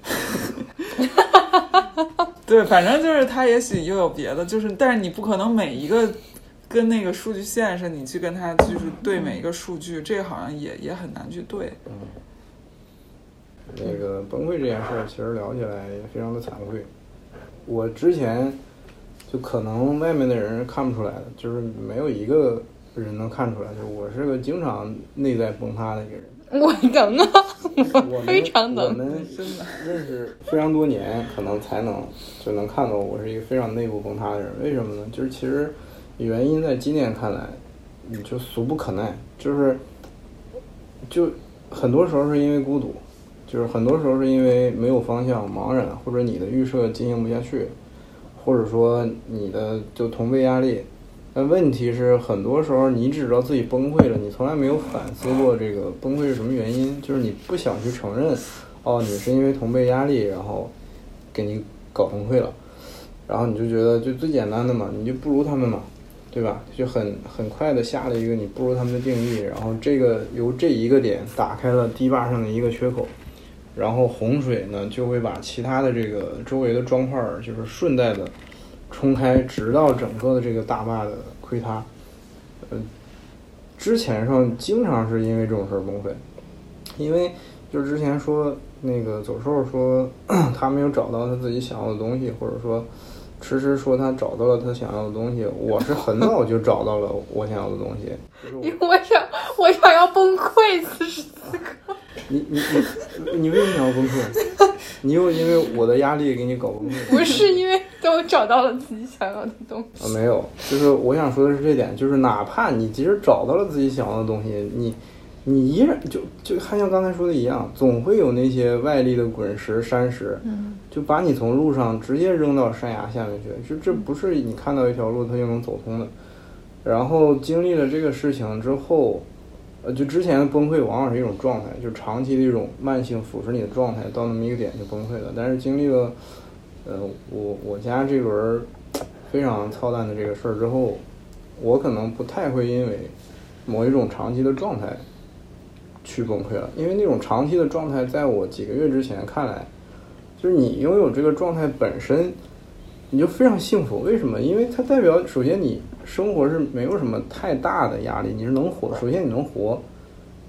对，反正就是他也许又有别的，就是但是你不可能每一个跟那个数据线上你去跟他就是对每一个数据，这个好像也也很难去对。 嗯，那个崩溃这件事其实聊起来也非常的惭愧。我之前就可能外面的人看不出来的，就是没有一个人能看出来，就是我是个经常内在崩塌的一个人。 我能啊，我非常能。 我们认识非常多年，可能才能就能看到我是一个非常内部崩塌的人。为什么呢？就是其实原因在今年看来，你就俗不可耐，就是就很多时候是因为孤独，就是很多时候是因为没有方向、茫然，或者你的预设进行不下去，或者说你的就同辈压力。但问题是很多时候你只知道自己崩溃了，你从来没有反思过这个崩溃是什么原因，就是你不想去承认，哦，你是因为同辈压力然后给你搞崩溃了，然后你就觉得就最简单的嘛，你就不如他们嘛，对吧？就很很快的下了一个你不如他们的定义，然后这个由这一个点打开了堤坝上的一个缺口，然后洪水呢就会把其他的这个周围的砖块就是顺带的冲开，直到整个的这个大坝的溃塌。呃，之前上经常是因为这种事儿崩溃，因为就是之前说那个走兽说他没有找到他自己想要的东西，或者说迟迟说他找到了他想要的东西，我是很早就找到了我想要的东西。 因为我想我想要崩溃此时此刻。 你你你你为什么想要崩溃？你又因为我的压力给你搞崩溃？ 不是因为都找到了自己想要的东西。 啊，没有，就是我想说的是这点，就是哪怕你即使找到了自己想要的东西，你你依然就就还像刚才说的一样，总会有那些外力的滚石、山石， 嗯， 就把你从路上直接扔到山崖下面去，就这不是你看到一条路它就能走通的。然后经历了这个事情之后。呃，就之前的崩溃往往是一种状态，就长期的一种慢性腐蚀你的状态，到那么一个点就崩溃了。但是经历了，呃，我我家这轮非常操蛋的这个事儿之后，我可能不太会因为某一种长期的状态去崩溃了，因为那种长期的状态在我几个月之前看来，就是你拥有这个状态本身，你就非常幸福。为什么？因为它代表首先你生活是没有什么太大的压力，你是能活。首先你能活，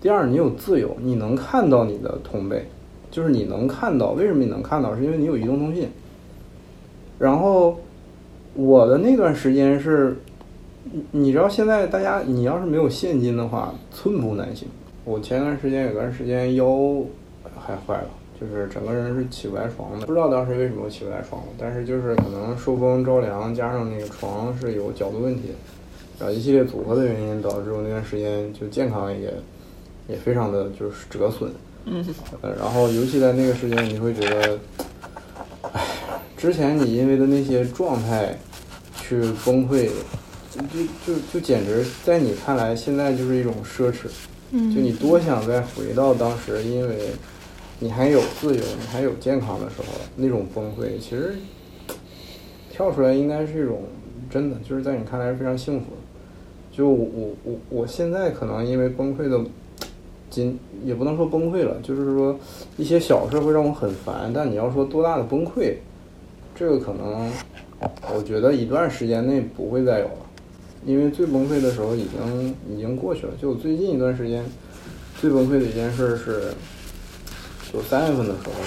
第二你有自由，你能看到你的同辈，就是你能看到，为什么你能看到，是因为你有移动通信。然后我的那段时间是，你知道现在大家你要是没有现金的话寸步难行。我前段时间有段时间腰还坏了，就是整个人是起不来床的，不知道当时为什么起不来床，但是就是可能受风着凉，加上那个床是有角度问题，然后一系列组合的原因导致我那段时间就健康也也非常的就是折损。 嗯， 呃，然后尤其在那个时间，你会觉得，唉，之前你因为的那些状态去崩溃，就就就简直在你看来现在就是一种奢侈。 嗯， 就你多想再回到当时，因为你还有自由，你还有健康的时候，那种崩溃，其实跳出来应该是一种真的，就是在你看来是非常幸福的。就我我我我现在可能因为崩溃的。今也不能说崩溃了，就是说一些小事会让我很烦，但你要说多大的崩溃，这个可能我觉得一段时间内不会再有了，因为最崩溃的时候已经已经过去了。就我最近一段时间最崩溃的一件事是，就三月份的时候，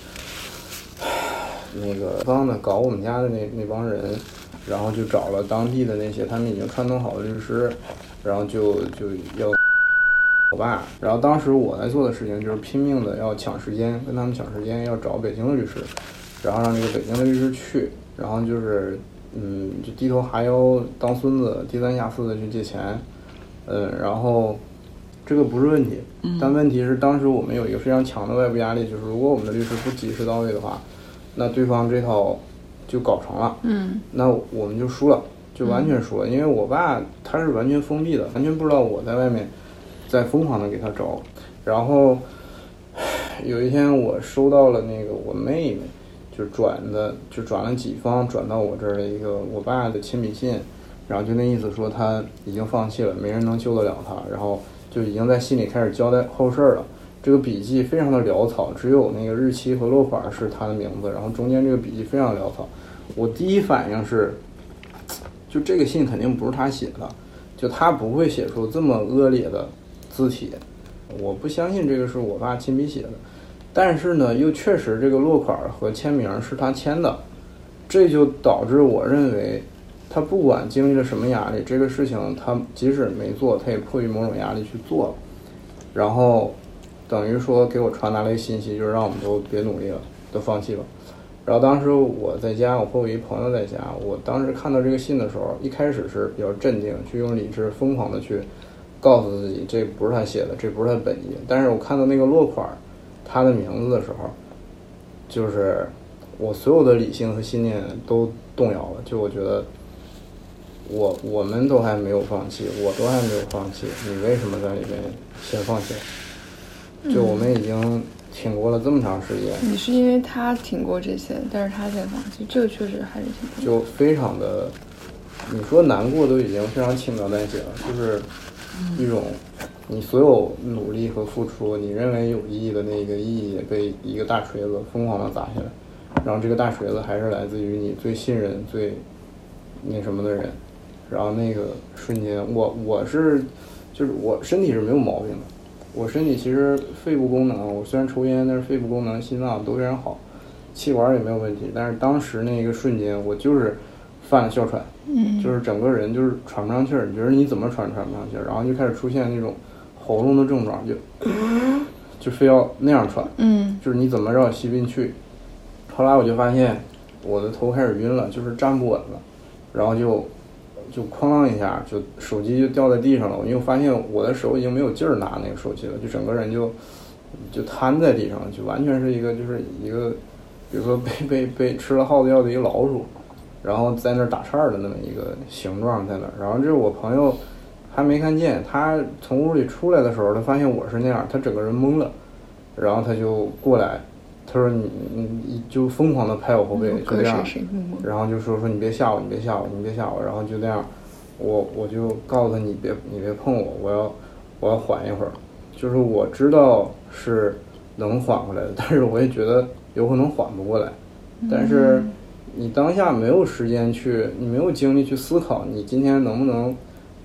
就那个方的搞我们家的那那帮人，然后就找了当地的那些他们已经串通好的律师，然后就就要我爸，然后当时我在做的事情就是拼命的要抢时间，跟他们抢时间，要找北京的律师，然后让那个北京的律师去，然后就是嗯，就低头哈腰当孙子，低三下四的去借钱，嗯，然后这个不是问题，但问题是当时我们有一个非常强的外部压力，就是如果我们的律师不及时到位的话，那对方这套就搞成了， 嗯， 那我们就输了，就完全输了，因为我爸他是完全封闭的，完全不知道我在外面在疯狂的给他找。然后有一天我收到了那个我妹妹就转的就转了几方转到我这儿的一个我爸的亲笔信，然后就那意思说他已经放弃了，没人能救得了他，然后就已经在信里开始交代后事了。这个笔记非常的潦草，只有那个日期和落款是他的名字，然后中间这个笔记非常潦草。我第一反应是就这个信肯定不是他写的，就他不会写出这么恶劣的字体，我不相信这个是我爸亲笔写的。但是呢又确实这个落款和签名是他签的，这就导致我认为他不管经历了什么压力，这个事情他即使没做，他也迫于某种压力去做了，然后等于说给我传达了一个信息，就是让我们都别努力了，都放弃了。然后当时我在家，我和我一朋友在家，我当时看到这个信的时候，一开始是比较镇定，去用理智疯狂的去告诉自己这不是他写的，这不是他本意。但是我看到那个落款他的名字的时候，就是我所有的理性和信念都动摇了，就我觉得我我们都还没有放弃，我都还没有放弃，你为什么在里面先放弃了？就我们已经挺过了这么长时间， 你是因为他挺过这些，但是他先放弃，这个确实还是挺就非常的，你说难过都已经非常轻描淡写了，就是一种你所有努力和付出，你认为有意义的那个意义被一个大锤子疯狂的砸下来，然后这个大锤子还是来自于你最信任、最那什么的人，然后那个瞬间，我我是就是我身体是没有毛病的。我身体其实肺部功能，我虽然抽烟，但是肺部功能、心脏都非常好，气管也没有问题。但是当时那个瞬间，我就是犯了哮喘， 嗯， 就是整个人就是喘不上气儿，你觉得你怎么喘喘不上气儿，然后就开始出现那种喉咙的症状，就就非要那样喘， 嗯， 就是你怎么让我吸不进去。后来我就发现我的头开始晕了，就是站不稳了，然后就。就哐啷一下，就手机就掉在地上了。因为我发现我的手已经没有劲儿拿那个手机了，就整个人就就瘫在地上，就完全是一个就是一个，比如说被被被吃了耗子药的一个老鼠，然后在那儿打颤的那么一个形状在那儿。然后这是我朋友还没看见，他从屋里出来的时候，他发现我是那样，他整个人懵了，然后他就过来。他说你你就疯狂的拍我后背，就这样，然后就说说你别吓我，你别吓我，你别吓我，然后就这样，我我就告诉他你别你别碰我，我要我要缓一会儿，就是我知道是能缓过来的，但是我也觉得有可能缓不过来，但是你当下没有时间去，你没有精力去思考你今天能不能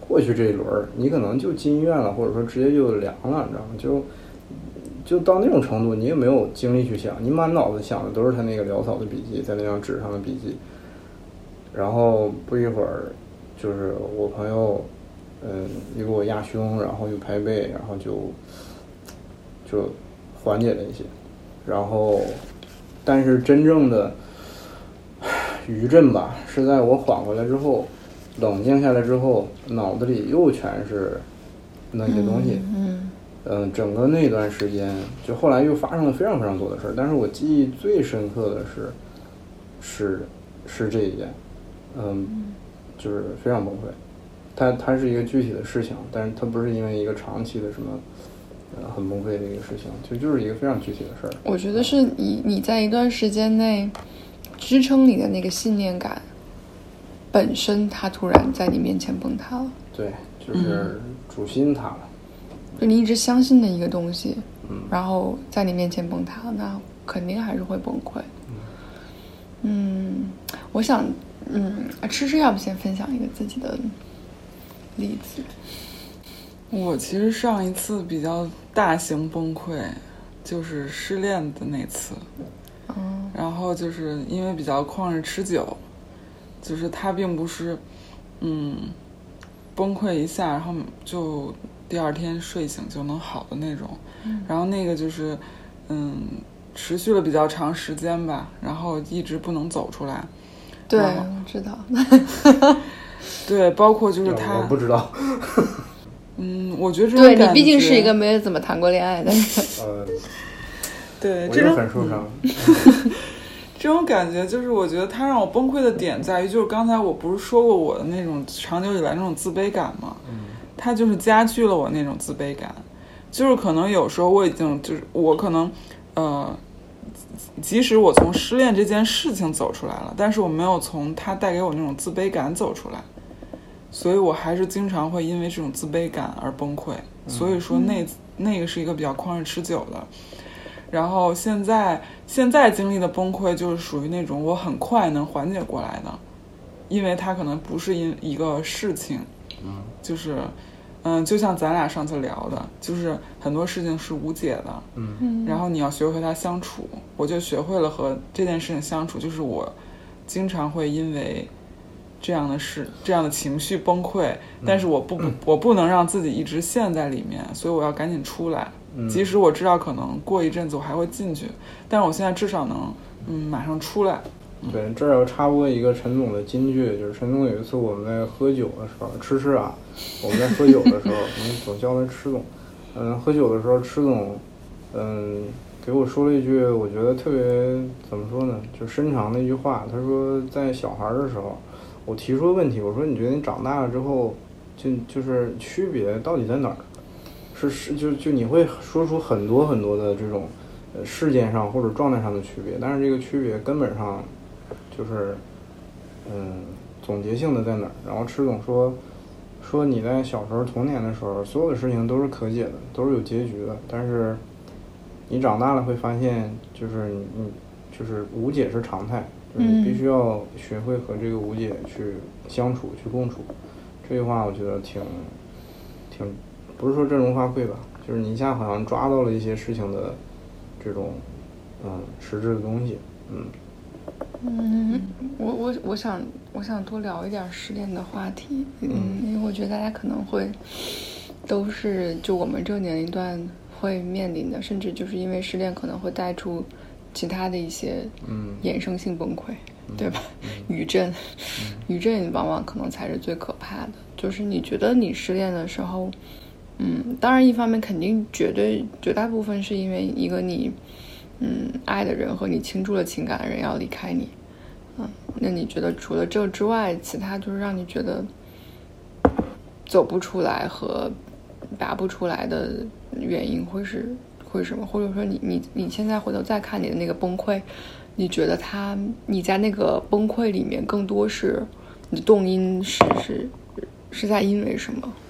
过去这一轮你可能就进医院了，或者说直接就凉了，你知道吗？就就到那种程度，你也没有精力去想，你满脑子想的都是他那个潦草的笔记，在那张纸上的笔记。然后不一会儿，就是我朋友，嗯，又给我压胸，然后又拍背，然后就就缓解了一些。然后，但是真正的余震吧，是在我缓过来之后，冷静下来之后，脑子里又全是那些东西。 嗯嗯、呃，整个那段时间，就后来又发生了非常非常多的事儿，但是我记忆最深刻的是，是是这一件，嗯，就是非常崩溃。它它是一个具体的事情，但是它不是因为一个长期的什么，呃，很崩溃的一个事情，就就是一个非常具体的事儿。 我觉得是你你在一段时间内支撑你的那个信念感本身，它突然在你面前崩塌了。 对，就是主心塌了。 就你一直相信的一个东西， 嗯， 然后在你面前崩塌，那肯定还是会崩溃。嗯，嗯我想，嗯，吃吃要不先分享一个自己的例子？ 我其实上一次比较大型崩溃，就是失恋的那次。 嗯， 然后就是因为比较旷日持久，就是它并不是，嗯，崩溃一下，然后就第二天睡醒就能好的那种。 嗯、 然后那个就是，嗯，持续了比较长时间吧，然后一直不能走出来。 对，我知道。 对，包括就是他， 我不知道。 嗯，我觉得这种感觉， 对你毕竟是一个没有怎么谈过恋爱的人。 呃， 对， 我也很受伤。 这种感觉就是，我觉得它让我崩溃的点在于，就是刚才我不是说过我的那种长久以来那种自卑感吗？ 嗯， 它就是加剧了我那种自卑感。就是可能有时候我已经就是我可能，呃，即使我从失恋这件事情走出来了，但是我没有从它带给我那种自卑感走出来。所以我还是经常会因为这种自卑感而崩溃，所以说那、嗯、那个是一个比较旷日持久的。然后现在现在经历的崩溃就是属于那种我很快能缓解过来的，因为它可能不是因一个事情， 嗯， 就是嗯，就像咱俩上次聊的，就是很多事情是无解的， 嗯， 然后你要学会它相处，我就学会了和这件事情相处，就是我经常会因为这样的事这样的情绪崩溃，但是我不、嗯、我不能让自己一直陷在里面，所以我要赶紧出来、嗯、即使我知道可能过一阵子我还会进去，但是我现在至少能嗯马上出来。 对，这儿要插播一个陈总的金句，就是陈总有一次我们在喝酒的时候，吃吃啊，我们在喝酒的时候，我们总叫他吃总，嗯，喝酒的时候吃总，嗯，给我说了一句我觉得特别怎么说呢，就深长的一句话，他说在小孩的时候。我提出问题，我说你觉得你长大了之后，就就是区别到底在哪儿？是是就就你会说出很多很多的这种呃事件上或者状态上的区别，但是这个区别根本上就是嗯总结性的在哪儿？然后吃总说说你在小时候童年的时候，所有的事情都是可解的，都是有结局的，但是你长大了会发现，就是你你就是无解是常态。就是你必须要学会和这个无解去相处、去共处。这句话我觉得挺挺不是说振聋发聩吧，就是你一下好像抓到了一些事情的这种嗯实质的东西。嗯嗯，我我我想我想多聊一点失恋的话题。嗯，因为我觉得大家可能会都是就我们这个年龄段会面临的，甚至就是因为失恋可能会带出其他的一些衍生性崩溃、嗯、对吧、嗯、余震、嗯、余震往往可能才是最可怕的。就是你觉得你失恋的时候，嗯，当然一方面肯定绝对绝大部分是因为一个你嗯爱的人和你倾注了情感的人要离开你，嗯，那你觉得除了这之外，其他就是让你觉得走不出来和拔不出来的原因会是会什么？或者说你你你现在回头再看你的那个崩溃，你觉得他你在那个崩溃里面更多是你的动因是是是在因为什么？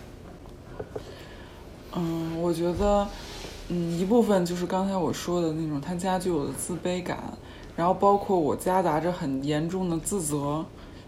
嗯，我觉得嗯一部分就是刚才我说的那种，它加剧我的自卑感，然后包括我夹杂着很严重的自责，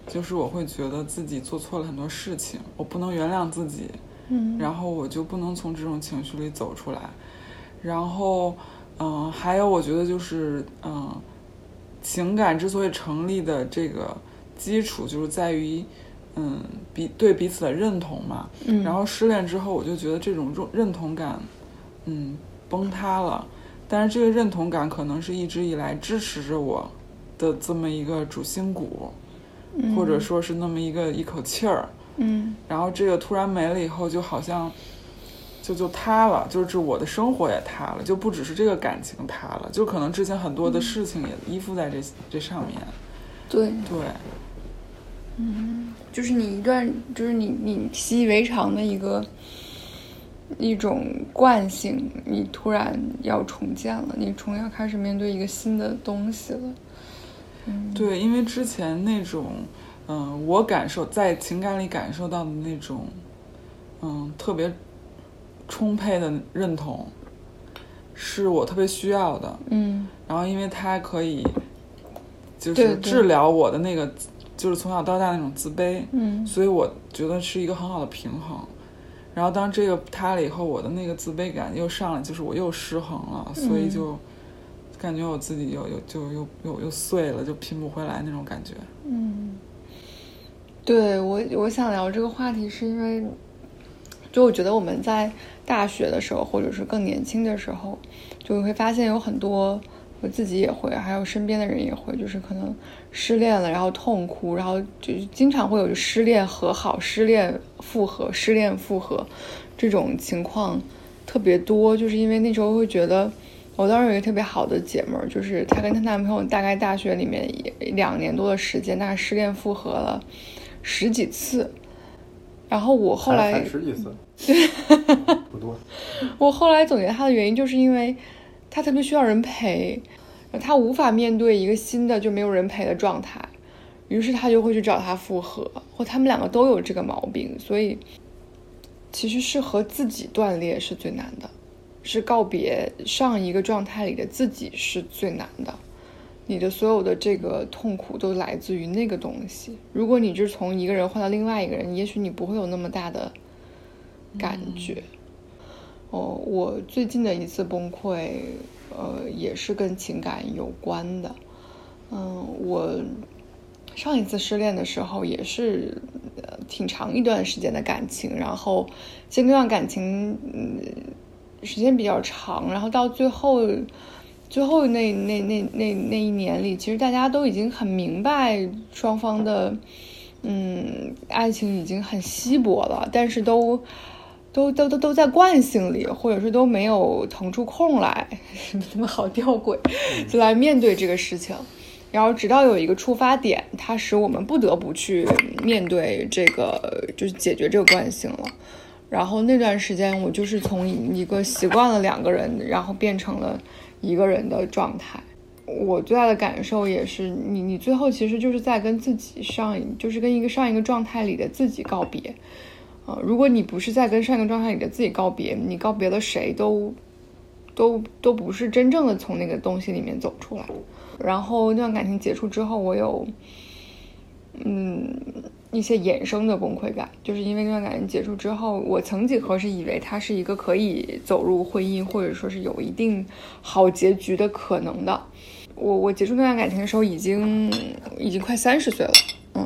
就是我会觉得自己做错了很多事情，我不能原谅自己， 嗯， 然后我就不能从这种情绪里走出来。然后嗯、呃，还有我觉得就是嗯、呃，情感之所以成立的这个基础就是在于嗯彼对彼此的认同嘛。 嗯， 然后失恋之后我就觉得这种认同感嗯崩塌了，但是这个认同感可能是一直以来支持着我的这么一个主心骨， 嗯， 或者说是那么一个一口气儿。 嗯， 然后这个突然没了以后就好像就就塌了，就是我的生活也塌了，就不只是这个感情塌了，就可能之前很多的事情也依附在这、嗯、这上面。 对对， 嗯，就是你一段就是你你习以为常的一个一种惯性，你突然要重建了，你重要开始面对一个新的东西了。嗯， 对，因为之前那种嗯、呃，我感受在情感里感受到的那种嗯特别充沛的认同是我特别需要的。 嗯， 然后因为它可以就是治疗我的那个对对就是从小到大那种自卑， 嗯， 所以我觉得是一个很好的平衡。然后当这个塌了以后，我的那个自卑感又上来，就是我又失衡了，所以就感觉我自己又又就又又又碎了，就拼不回来那种感觉。 嗯，对，我我想聊这个话题是因为就我觉得我们在大学的时候或者是更年轻的时候，就会发现有很多我自己也会还有身边的人也会，就是可能失恋了然后痛哭，然后就经常会有失恋和好失恋复合失恋复合这种情况特别多。就是因为那时候会觉得我当时有一个特别好的姐妹儿，就是她跟她男朋友大概大学里面两年多的时间大概失恋复合了十几次，然后我后来才十几次对不多。 我后来总结她的原因就是因为她特别需要人陪，她无法面对一个新的就没有人陪的状态，于是她就会去找他复合，或他们两个都有这个毛病。所以其实是和自己断裂是最难的，是告别上一个状态里的自己是最难的，你的所有的这个痛苦都来自于那个东西。如果你是从一个人换到另外一个人，也许你不会有那么大的感觉。嗯哦，我最近的一次崩溃呃，也是跟情感有关的。嗯，我上一次失恋的时候也是、呃、挺长一段时间的感情，然后这段感情、嗯、时间比较长，然后到最后最后那那那那那一年里，其实大家都已经很明白双方的嗯爱情已经很稀薄了，但是都都都都都在惯性里，或者是都没有腾出空来，那么好吊诡，就来面对这个事情。然后直到有一个触发点，它使我们不得不去面对这个，就是解决这个惯性了。然后那段时间，我就是从一个习惯了两个人，然后变成了一个人的状态。我最大的感受也是，你你最后其实就是在跟自己上，就是跟一个上一个状态里的自己告别。呃，如果你不是在跟上一个状态里的自己告别，你告别了谁都都都不是真正的从那个东西里面走出来。然后那段感情结束之后，我有嗯一些衍生的崩溃感，就是因为那段感情结束之后，我曾几何时以为它是一个可以走入婚姻或者说是有一定好结局的可能的。我我结束那段感情的时候已经已经快三十岁了，嗯。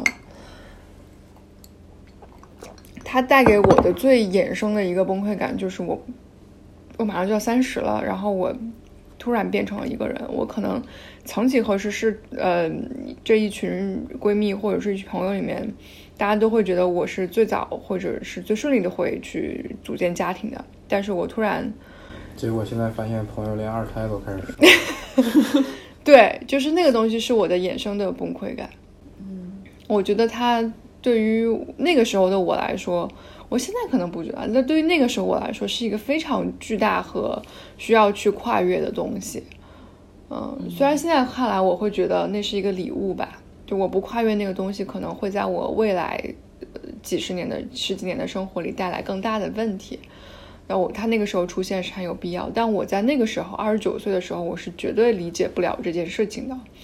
它带给我的最衍生的一个崩溃感就是我我马上就要三十了，然后我突然变成了一个人。我可能曾几何时是呃这一群闺蜜或者是一群朋友里面，大家都会觉得我是最早或者是最顺利的会去组建家庭的，但是我突然结果现在发现朋友连二胎都开始生对，就是那个东西是我的衍生的崩溃感。嗯，我觉得它对于那个时候的我来说，我现在可能不觉得，那对于那个时候我来说是一个非常巨大和需要去跨越的东西。嗯，虽然现在看来我会觉得那是一个礼物吧，就我不跨越那个东西可能会在我未来几十年的十几年的生活里带来更大的问题，那我他那个时候出现是很有必要，但我在那个时候二十九岁的时候，我是绝对理解不了这件事情的。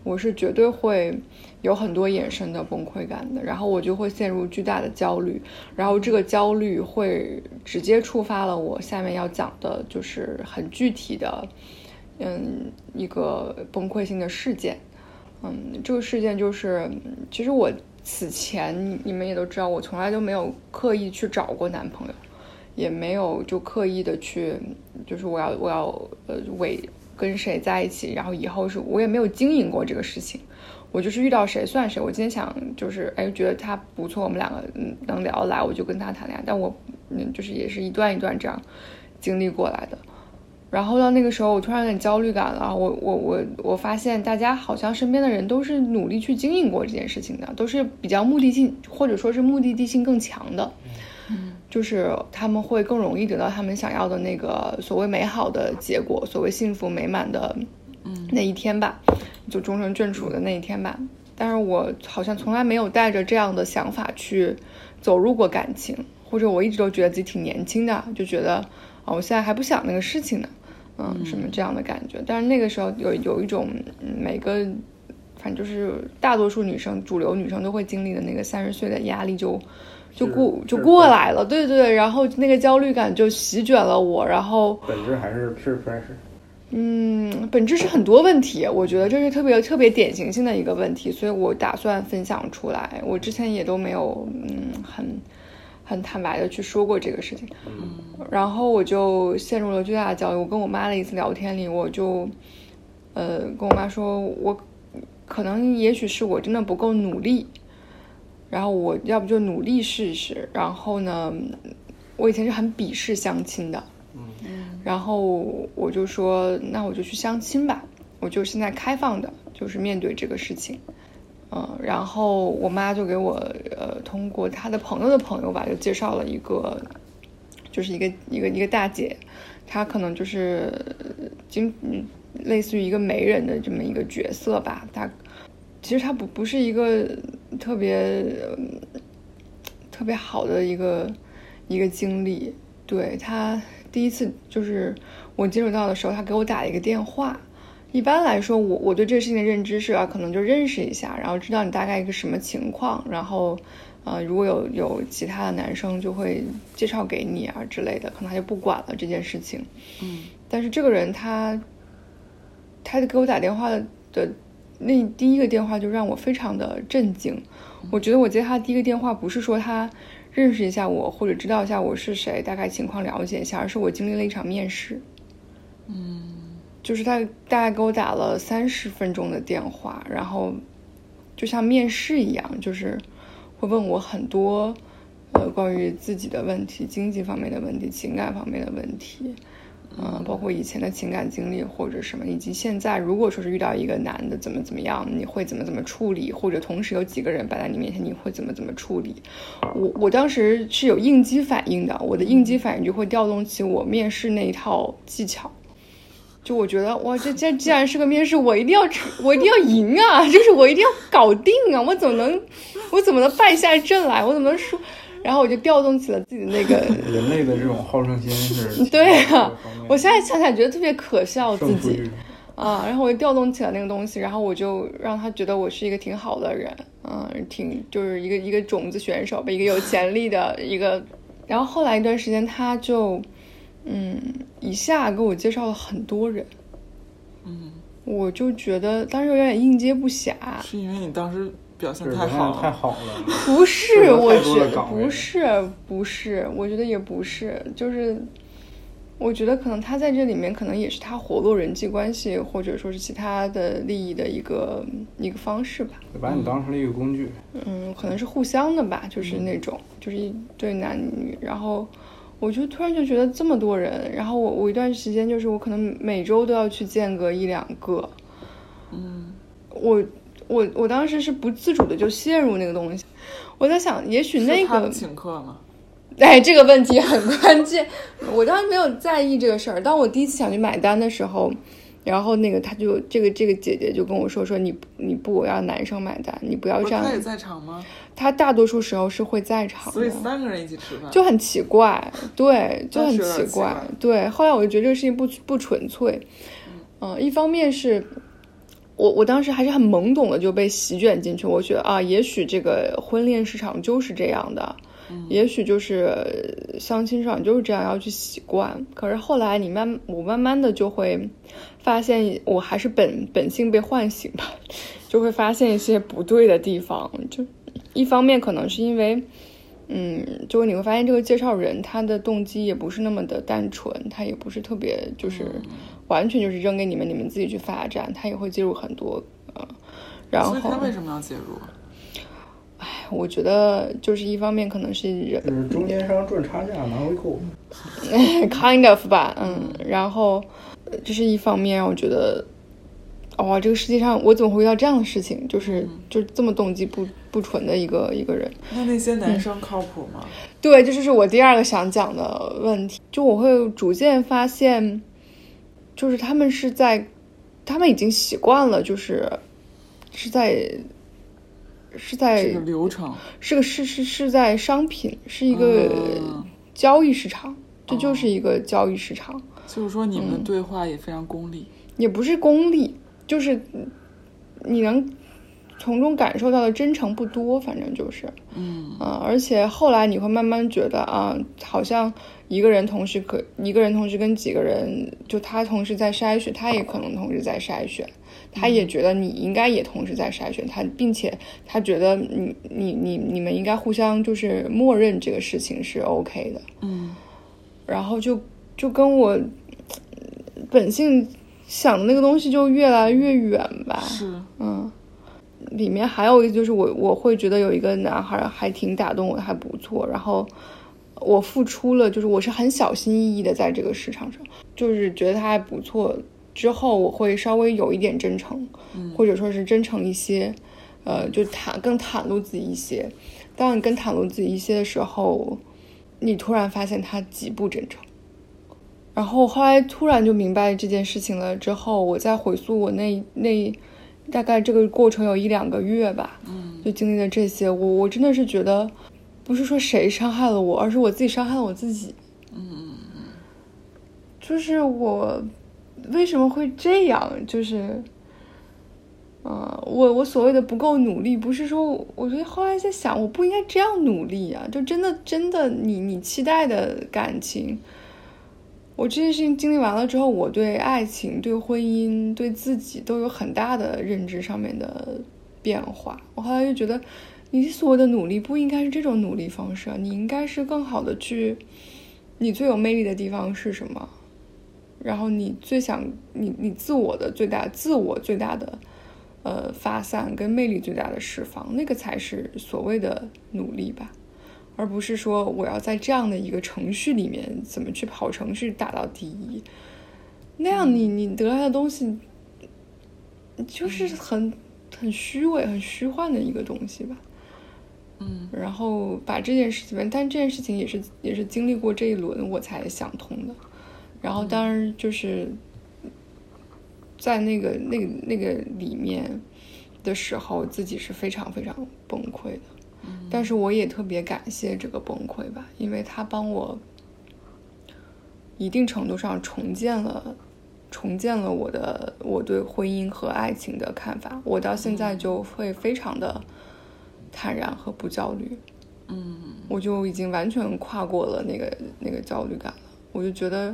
我是绝对会有很多衍生的崩溃感的，然后我就会陷入巨大的焦虑，然后这个焦虑会直接触发了我下面要讲的，就是很具体的，嗯，一个崩溃性的事件。嗯，这个事件就是，其实我此前你们也都知道，我从来都没有刻意去找过男朋友，也没有就刻意的去，就是我要我要呃伪跟谁在一起，然后以后是我也没有经营过这个事情。我就是遇到谁算谁，我今天想就是哎觉得他不错，我们两个嗯能聊得来，我就跟他谈恋爱。但我嗯就是也是一段一段这样经历过来的。然后到那个时候，我突然有点焦虑感了。我我我我发现大家好像身边的人都是努力去经营过这件事情的，都是比较目的性或者说是目的地性更强的。嗯，就是他们会更容易得到他们想要的那个所谓美好的结果，所谓幸福美满的那一天吧。就终成眷属的那一天吧，但是我好像从来没有带着这样的想法去走入过感情，或者我一直都觉得自己挺年轻的，就觉得啊、哦，我现在还不想那个事情呢，嗯，什么这样的感觉。但是那个时候有有一种、嗯、每个反正就是大多数女生主流女生都会经历的那个三十岁的压力就就过就过来了，对对对，然后那个焦虑感就席卷了我，然后本质还是 peer pressure。 嗯，本质是很多问题，我觉得这是特别特别典型性的一个问题，所以我打算分享出来。我之前也都没有嗯很很坦白的去说过这个事情，嗯，然后我就陷入了巨大的焦虑。我跟我妈的一次聊天里，我就呃跟我妈说，我可能也许是我真的不够努力，然后我要不就努力试试。然后呢，我以前是很鄙视相亲的。然后我就说那我就去相亲吧，我就现在开放的就是面对这个事情。嗯，然后我妈就给我呃通过她的朋友的朋友吧，就介绍了一个就是一个一个一个大姐，她可能就是经类似于一个媒人的这么一个角色吧。她其实她不不是一个特别、呃、特别好的一个一个经历。对，她第一次就是我接触到的时候，他给我打了一个电话。一般来说，我我对这个事情的认知是啊，可能就认识一下，然后知道你大概一个什么情况，然后呃，如果有有其他的男生就会介绍给你啊之类的，可能他就不管了这件事情。嗯，但是这个人他他给我打电话的的那第一个电话就让我非常的震惊。我觉得我接他第一个电话不是说他认识一下我或者知道一下我是谁，大概情况了解一下，而是我经历了一场面试。嗯，就是他大概给我打了三十分钟的电话，然后就像面试一样，就是会问我很多呃关于自己的问题，经济方面的问题，情感方面的问题，嗯，包括以前的情感经历或者什么，以及现在如果说是遇到一个男的怎么怎么样，你会怎么怎么处理，或者同时有几个人摆在你面前，你会怎么怎么处理。我我当时是有应激反应的，我的应激反应就会调动起我面试那一套技巧。就我觉得哇，这这既然是个面试，我一定要我一定要赢啊，就是我一定要搞定啊，我怎么能我怎么能败下阵来，我怎么能输。然后我就调动起了自己的那个人类的这种好胜心是对啊，我现在想起来觉得特别可笑自己啊，然后我就调动起了那个东西，然后我就让他觉得我是一个挺好的人，嗯，挺就是一个一个种子选手吧，一个有潜力的一个。然后后来一段时间他就嗯一下给我介绍了很多人，嗯，我就觉得当时有点应接不暇。 是因为你当时表现太好了， 太好了。 不是，我觉得不是，不是，我觉得也不是，就是我觉得可能他在这里面可能也是他活络人际关系，或者说是其他的利益的一个一个方式吧。 把你当成了一个工具。 嗯，可能是互相的吧，就是那种，嗯、就是一对男女，然后我就突然就觉得这么多人，然后我我一段时间就是我可能每周都要去见个一两个，嗯，我。我我当时是不自主的就陷入那个东西，我在想，也许那个请客吗？ 哎，这个问题很关键。我当时没有在意这个事儿。当我第一次想去买单的时候，然后那个他就这个这个姐姐就跟我说说你你不我要男生买单，你不要这样。 他也在场吗？ 他大多数时候是会在场的， 所以三个人一起吃饭就很奇怪，对，就很奇怪，对。后来我就觉得这个事情不不纯粹，嗯、呃，一方面是。 我我当时还是很懵懂的就被席卷进去，我觉得啊，也许这个婚恋市场就是这样的，嗯、也许就是相亲市场就是这样，要去习惯。可是后来你慢，我慢慢的就会发现，我还是本本性被唤醒吧，就会发现一些不对的地方。就一方面可能是因为。嗯，就是你会发现这个介绍人他的动机也不是那么的单纯，他也不是特别就是完全就是扔给你们你们自己去发展，他也会介入很多呃，然后所以他为什么要介入？ 哎，我觉得就是一方面可能是人就是中间商赚差价拿回扣 ，kind of 吧，嗯，然后这是一方面让我觉得。哇、哦，这个世界上我怎么会遇到这样的事情？就是、嗯、就是这么动机不不纯的一个一个人。 那那些男生靠谱吗？ 嗯、对，这就是我第二个想讲的问题。就我会逐渐发现，就是他们是在，他们已经习惯了，就是是在是在这个流程， 是个是是是在商品，是一个交易市场，嗯、这就是一个交易市场。 就是说，你们的对话也非常功利， 嗯、也不是功利。就是你能从中感受到的真诚不多，反正就是嗯啊、呃，而且后来你会慢慢觉得啊，好像一个人同时可一个人同时跟几个人，就他同时在筛选，他也可能同时在筛选，他也觉得你应该也同时在筛选他，并且他觉得你你你你们应该互相就是默认这个事情是 OK 的， 嗯， 然后就就跟我本性想的那个东西就越来越远吧。 是， 嗯，里面还有一个就是我我会觉得有一个男孩还挺打动我的，还不错。然后我付出了，就是我是很小心翼翼的在这个市场上，就是觉得他还不错。之后我会稍微有一点真诚， 嗯、 或者说是真诚一些，呃，就袒更袒露自己一些。当你更袒露自己一些的时候，你突然发现他极不真诚。然后后来突然就明白这件事情了之后，我再回溯我那那大概这个过程有一两个月吧， 嗯， 就经历了这些，我我真的是觉得不是说谁伤害了我，而是我自己伤害了我自己。 嗯嗯嗯， 就是我为什么会这样？就是呃，我我所谓的不够努力，不是说我觉得后来在想，我不应该这样努力啊！就真的真的你你期待的感情。我这件事情经历完了之后，我对爱情、对婚姻、对自己都有很大的认知上面的变化。我后来就觉得，你所有的努力不应该是这种努力方式啊，你应该是更好的去，你最有魅力的地方是什么？然后你最想你你自我的最大自我最大的呃发散跟魅力最大的释放，那个才是所谓的努力吧。而不是说我要在这样的一个程序里面怎么去跑程序打到第一，那样你你得来的东西就是很很虚伪很虚幻的一个东西吧。 嗯， 然后把这件事情，但这件事情也是也是经历过这一轮我才想通的。然后当然就是在那个那个那个里面的时候，自己是非常非常崩溃的。但是我也特别感谢这个崩溃吧，因为它帮我一定程度上重建了重建了我的我对婚姻和爱情的看法。我到现在就会非常的坦然和不焦虑， 嗯， 我就已经完全跨过了那个那个焦虑感了。我就觉得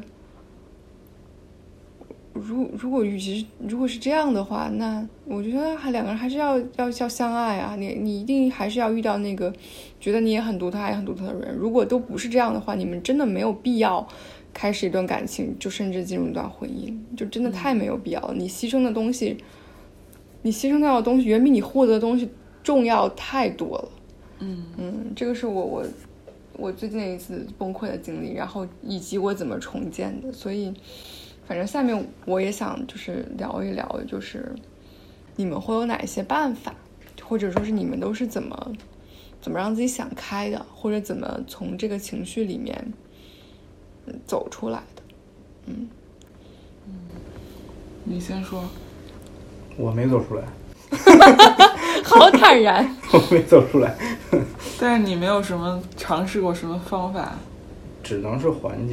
如如果与其如果是这样的话，那我觉得还两个人还是要要要相爱啊！你你一定还是要遇到那个觉得你也很独特，他也很独特的人。如果都不是这样的话，你们真的没有必要开始一段感情，就甚至进入一段婚姻，就真的太没有必要了。你牺牲的东西，你牺牲掉的东西，远比你获得的东西重要太多了。 嗯嗯，这个是我我我最近一次崩溃的经历，然后以及我怎么重建的，所以。反正下面我也想就是聊一聊，就是你们会有哪些办法，或者说是你们都是怎么怎么让自己想开的，或者怎么从这个情绪里面走出来的。嗯嗯，你先说。 我没走出来。 好坦然。 我没走出来。 但是你没有什么尝试过什么方法？ 只能是缓解。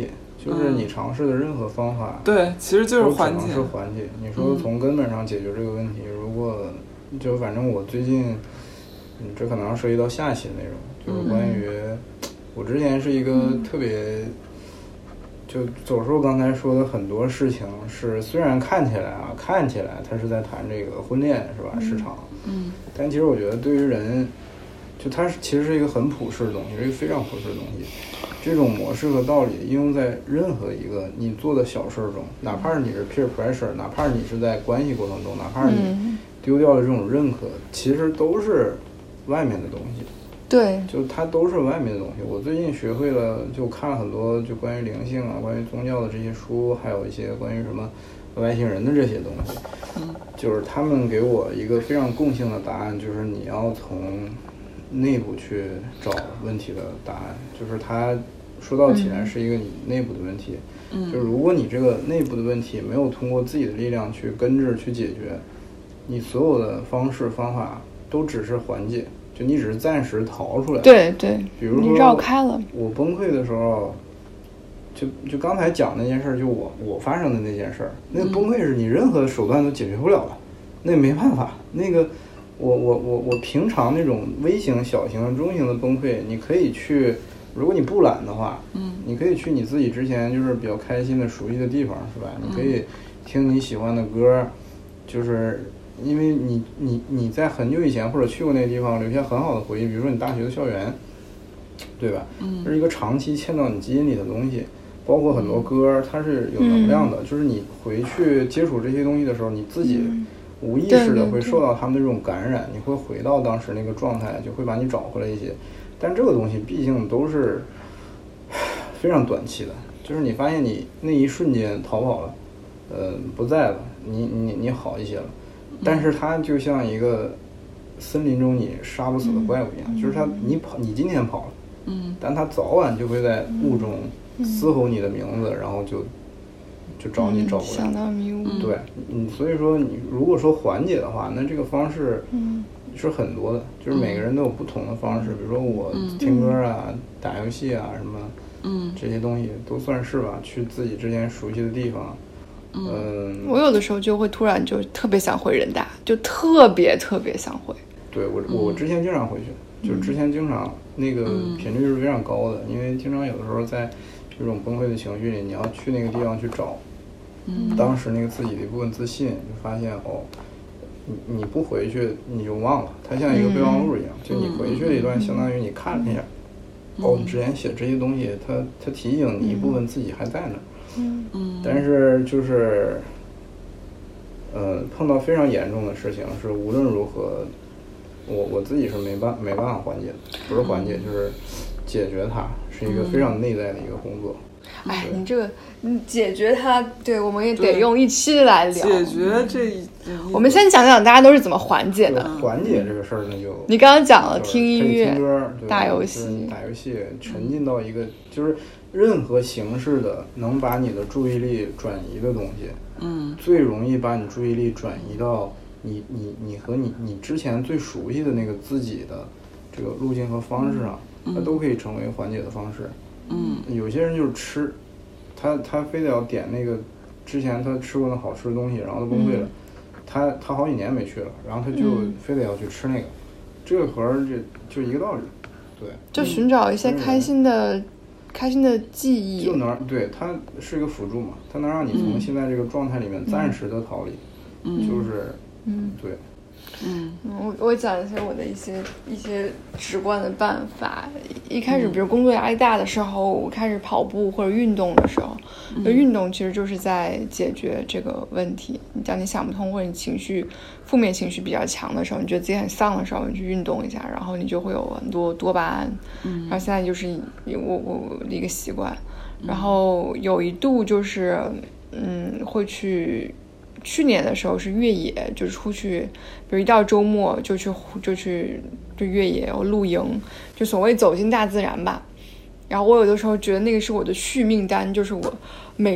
就是你尝试的任何方法， 嗯、对，其实就是缓解， 是缓解。你说从根本上解决这个问题，嗯、如果就反正我最近，嗯，这可能要涉及到下期的内容，就是关于、嗯、我之前是一个特别。嗯就走叔刚才说的很多事情是，虽然看起来啊，看起来他是在谈这个婚恋是吧、嗯、市场， 嗯， 但其实我觉得对于人，就它是其实是一个很普世的东西，是一个非常普世的东西。这种模式和道理应用在任何一个你做的小事中，哪怕是你是 peer pressure， 哪怕是你是在关系过程中，哪怕是你丢掉了这种认可，其实都是外面的东西。 对， 就它都是外面的东西。我最近学会了，就看了很多就关于灵性啊、关于宗教的这些书，还有一些关于什么外星人的这些东西。 嗯， 就是他们给我一个非常共性的答案，就是你要从内部去找问题的答案。就是它说到起来是一个你内部的问题。 嗯， 就如果你这个内部的问题没有通过自己的力量去根治去解决，你所有的方式方法都只是缓解。就你只是暂时逃出来， 对对， 比如说你绕开了。 我崩溃的时候，就就刚才讲那件事，就我我发生的那件事，那个崩溃是你任何手段都解决不了了，那个没办法。那个我我我我平常那种微型、小型、中型的崩溃，你可以去，如果你不懒的话， 嗯， 你可以去你自己之前就是比较开心的、熟悉的地方，是吧？你可以听你喜欢的歌，就是。因为你你你在很久以前或者去过那个地方留下很好的回忆，比如说你大学的校园，对吧？ 嗯， 这是一个长期嵌到你基因里的东西，包括很多歌，它是有能量的，嗯、就是你回去接触这些东西的时候，你自己无意识的会受到他们的这种感染，你会回到当时那个状态，就会把你找回来一些。但这个东西毕竟都是非常短期的，就是你发现你那一瞬间逃跑了，呃，不在了，你你你好一些了。但是它就像一个森林中你杀不死的怪物一样，嗯、就是它你跑你今天跑了， 嗯， 但它早晚就会在雾中嘶吼你的名字，嗯、然后就就找你找过来， 想到迷雾。 对，嗯，所以说你如果说缓解的话，那这个方式是很多的，就是每个人都有不同的方式，比如说我听歌啊、嗯、打游戏啊什么， 嗯， 这些东西都算是吧，去自己之前熟悉的地方。嗯， 我有的时候就会突然就特别想回人大，就特别特别想回。 对，我我之前经常回去，嗯、就之前经常那个频率是非常高的，嗯、因为经常有的时候在这种崩溃的情绪里，你要去那个地方去找， 嗯， 当时那个自己的一部分自信，就发现哦，你你不回去你就忘了，它像一个备忘录一样，嗯、就你回去了一段，相当于你看了一下，嗯、哦，你之前写这些东西，它它提醒你一部分自己还在那。 嗯嗯， 但是就是，呃，碰到非常严重的事情，是无论如何，我我自己是没办没办法缓解的，不是缓解，就是解决它，是一个非常内在的一个工作。 嗯、哎，你这个，你解决它，对，我们也得用一期来聊。 解决这， 我们先讲讲大家都是怎么缓解的。 缓解这个事儿，那就你刚刚讲了听音乐、 听歌、 打游戏、 打游戏，沉浸到一个就是。任何形式的能把你的注意力转移的东西， 嗯， 最容易把你注意力转移到你你你和你你之前最熟悉的那个自己的这个路径和方式上， 嗯、 它都可以成为缓解的方式。 嗯， 有些人就是吃，他他非得要点那个之前他吃过的好吃的东西，然后他崩溃了，嗯、他他好几年没去了，然后他就非得要去吃那个，嗯、这个和这就一个道理，对， 就寻找一些开心的。嗯开心的记忆就能对它是一个辅助嘛，它能让你从现在这个状态里面暂时的逃离， 嗯， 就是嗯对， 嗯， 我我讲一些我的一些一些直观的办法。一开始，比如工作压力大的时候，我开始跑步或者运动的时候， 嗯、 运动其实就是在解决这个问题。你讲你想不通，或者你情绪负面情绪比较强的时候，你觉得自己很丧的时候，你去运动一下，然后你就会有很多多巴胺。 嗯， 然后现在就是我我的一个习惯，然后有一度就是嗯会去。去年的时候是越野，就是出去，比如一到周末就去就去就越野，我露营，就所谓走进大自然吧。然后我有的时候觉得那个是我的续命单，就是我每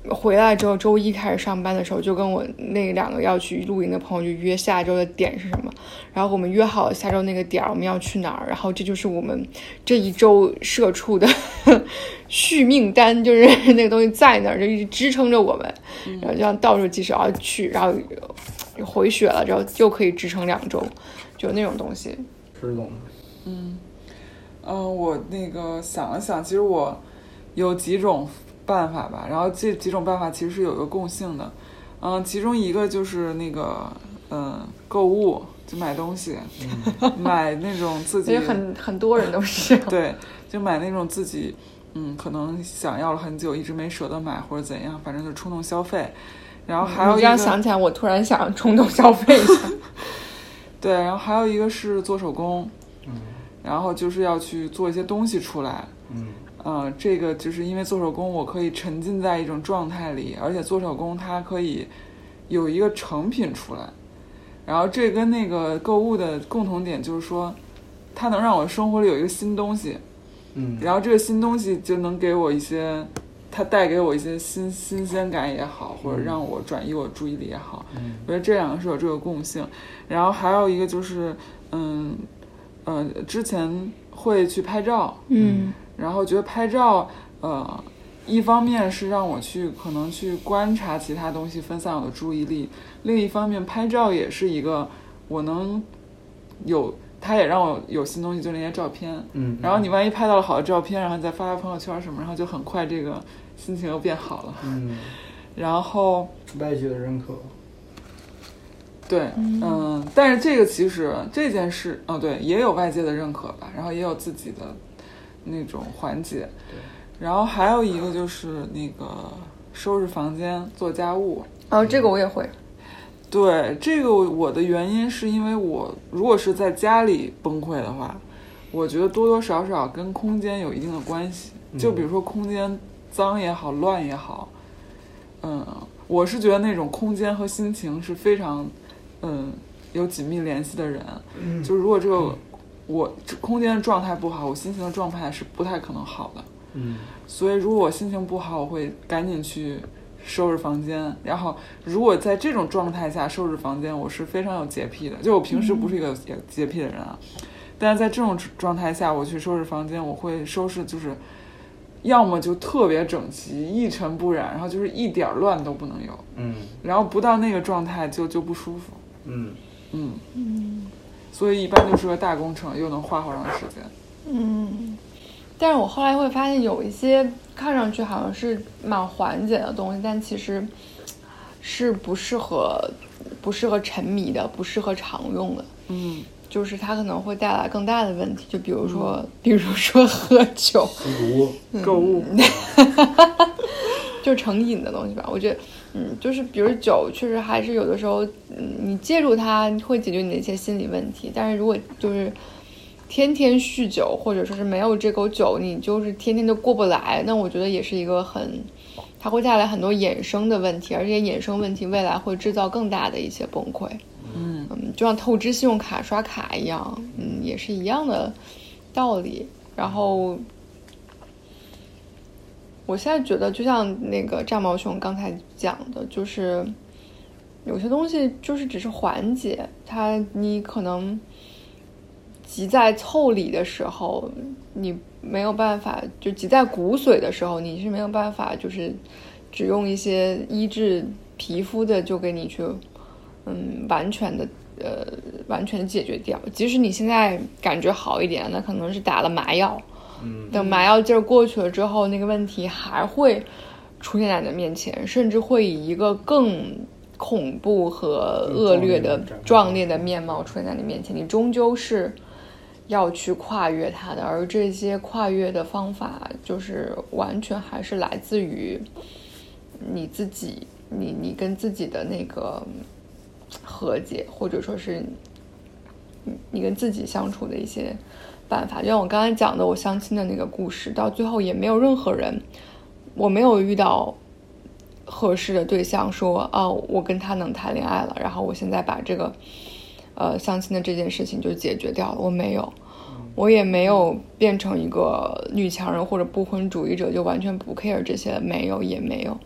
回来之后，周一开始上班的时候，就跟我那两个要去露营的朋友就约下周的点是什么，然后我们约好了下周那个点我们要去哪儿，然后这就是我们这一周社畜的续命单，就是那个东西在那儿就一直支撑着我们，然后就像倒数计时要去，然后回血了之后就可以支撑两周，就那种东西。 是懂的。 嗯，嗯、呃，我那个想了想，其实我有几种办法吧，然后这几种办法其实是有一个共性的，嗯、呃，其中一个就是那个嗯、呃、购物，就买东西，嗯、买那种自己很很多人都是对，就买那种自己嗯可能想要了很久一直没舍得买或者怎样，反正就冲动消费。然后还有一个， 你这样想起来，我突然想冲动消费一下。 对，然后还有一个是做手工， 嗯， 然后就是要去做一些东西出来， 嗯。 呃，这个就是因为做手工，我可以沉浸在一种状态里，而且做手工它可以有一个成品出来，然后这跟那个购物的共同点就是说，它能让我生活里有一个新东西， 嗯， 然后这个新东西就能给我一些，它带给我一些新新鲜感也好，或者让我转移我注意力也好， 嗯， 我觉得这两个是有这个共性。然后还有一个就是，嗯，呃，之前会去拍照， 嗯。 然后觉得拍照，呃，一方面是让我去可能去观察其他东西，分散我的注意力；另一方面，拍照也是一个我能有，它也让我有新东西，就那些照片。 嗯。 然后你万一拍到了好的照片，然后你再发发朋友圈什么，然后就很快这个心情又变好了。 嗯。 然后外界的认可。 对，嗯、呃，但是这个其实这件事，哦，对，也有外界的认可吧，然后也有自己的那种缓解，然后还有一个就是那个收拾房间做家务。 哦，这个我也会。 对，这个我的原因是因为我如果是在家里崩溃的话，我觉得多多少少跟空间有一定的关系，就比如说空间脏也好乱也好，嗯，我是觉得那种空间和心情是非常嗯有紧密联系的人， 嗯， 就如果这个、嗯我空间的状态不好，我心情的状态是不太可能好的。 嗯， 所以如果我心情不好，我会赶紧去收拾房间。然后如果在这种状态下收拾房间，我是非常有洁癖的。就我平时不是一个有洁癖的人啊，嗯、但是在这种状态下，我去收拾房间，我会收拾就是要么就特别整齐，一尘不染，然后就是一点乱都不能有。 嗯， 然后不到那个状态就就不舒服。 嗯嗯嗯。 所以一般就是个大工程，又能花好长时间。 嗯，但是我后来会发现有一些看上去好像是蛮缓解的东西，但其实是不适合不适合沉迷的，不适合常用的。 嗯， 就是它可能会带来更大的问题，就比如说，嗯、比如说喝酒、 吸毒、 嗯、 购物， 就成瘾的东西吧。我觉得。嗯，就是比如酒，确实还是有的时候，嗯，你借助它会解决你的一些心理问题。但是如果就是天天酗酒，或者说是没有这口酒，你就是天天都过不来，那我觉得也是一个很，它会带来很多衍生的问题，而且衍生问题未来会制造更大的一些崩溃。 嗯嗯，就像透支信用卡刷卡一样，嗯，也是一样的道理。然后。我现在觉得就像那个炸毛熊刚才讲的，就是有些东西就是只是缓解它，你可能急在腠理的时候你没有办法，就急在骨髓的时候你是没有办法就是只用一些医治皮肤的就给你去嗯完全的呃完全的解决掉。即使你现在感觉好一点，那可能是打了麻药，等麻药劲儿过去了之后，那个问题还会出现在你的面前，甚至会以一个更恐怖和恶劣的壮烈的面貌出现在你面前。你终究是要去跨越它的，而这些跨越的方法就是完全还是来自于你自己，你你跟自己的那个和解，或者说是你跟自己相处的一些办法。就像我刚才讲的我相亲的那个故事，到最后也没有任何人，我没有遇到合适的对象说哦我跟他能谈恋爱了，然后我现在把这个呃相亲的这件事情就解决掉了。我没有，我也没有变成一个女强人或者不婚主义者，就完全不 care 这些，没有也没有。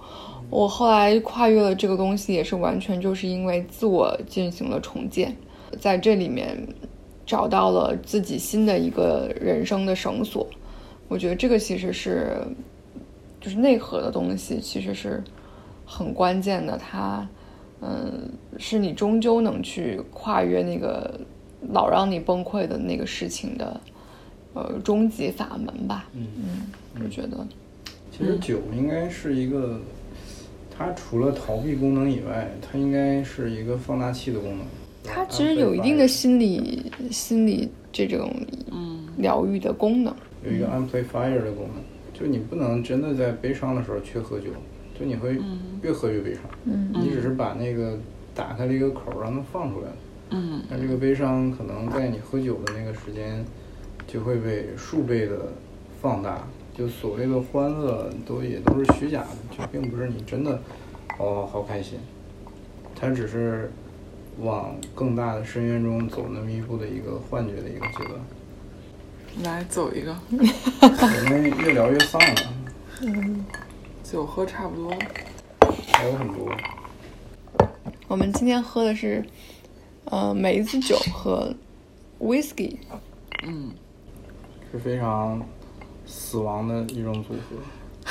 我后来跨越了这个东西，也是完全就是因为自我进行了重建，在这里面找到了自己新的一个人生的绳索。我觉得这个其实是就是内核的东西，其实是很关键的。它嗯，是你终究能去跨越那个老让你崩溃的那个事情的呃终极法门吧。 嗯嗯，我觉得其实酒应该是一个，它除了逃避功能以外，它应该是一个放大器的功能。 它其实有一定的心理心理这种疗愈的功能， 有一个 amplifier 的功能，就你不能真的在悲伤的时候去喝酒，就你会越喝越悲伤。 嗯， 你只是把那个打开了一个口让它放出来了。 嗯， 但这个悲伤可能在你喝酒的那个时间就会被数倍的放大，就所谓的欢乐都也都是虚假的，就并不是你真的哦好开心，它只是往更大的深渊中走那么一步的一个幻觉的一个阶段。 来走一个。 我们越聊越丧了。 嗯， 酒喝差不多了， 还有很多。 我们今天喝的是呃梅子酒和 whisky。 嗯， 是非常死亡的一种组合。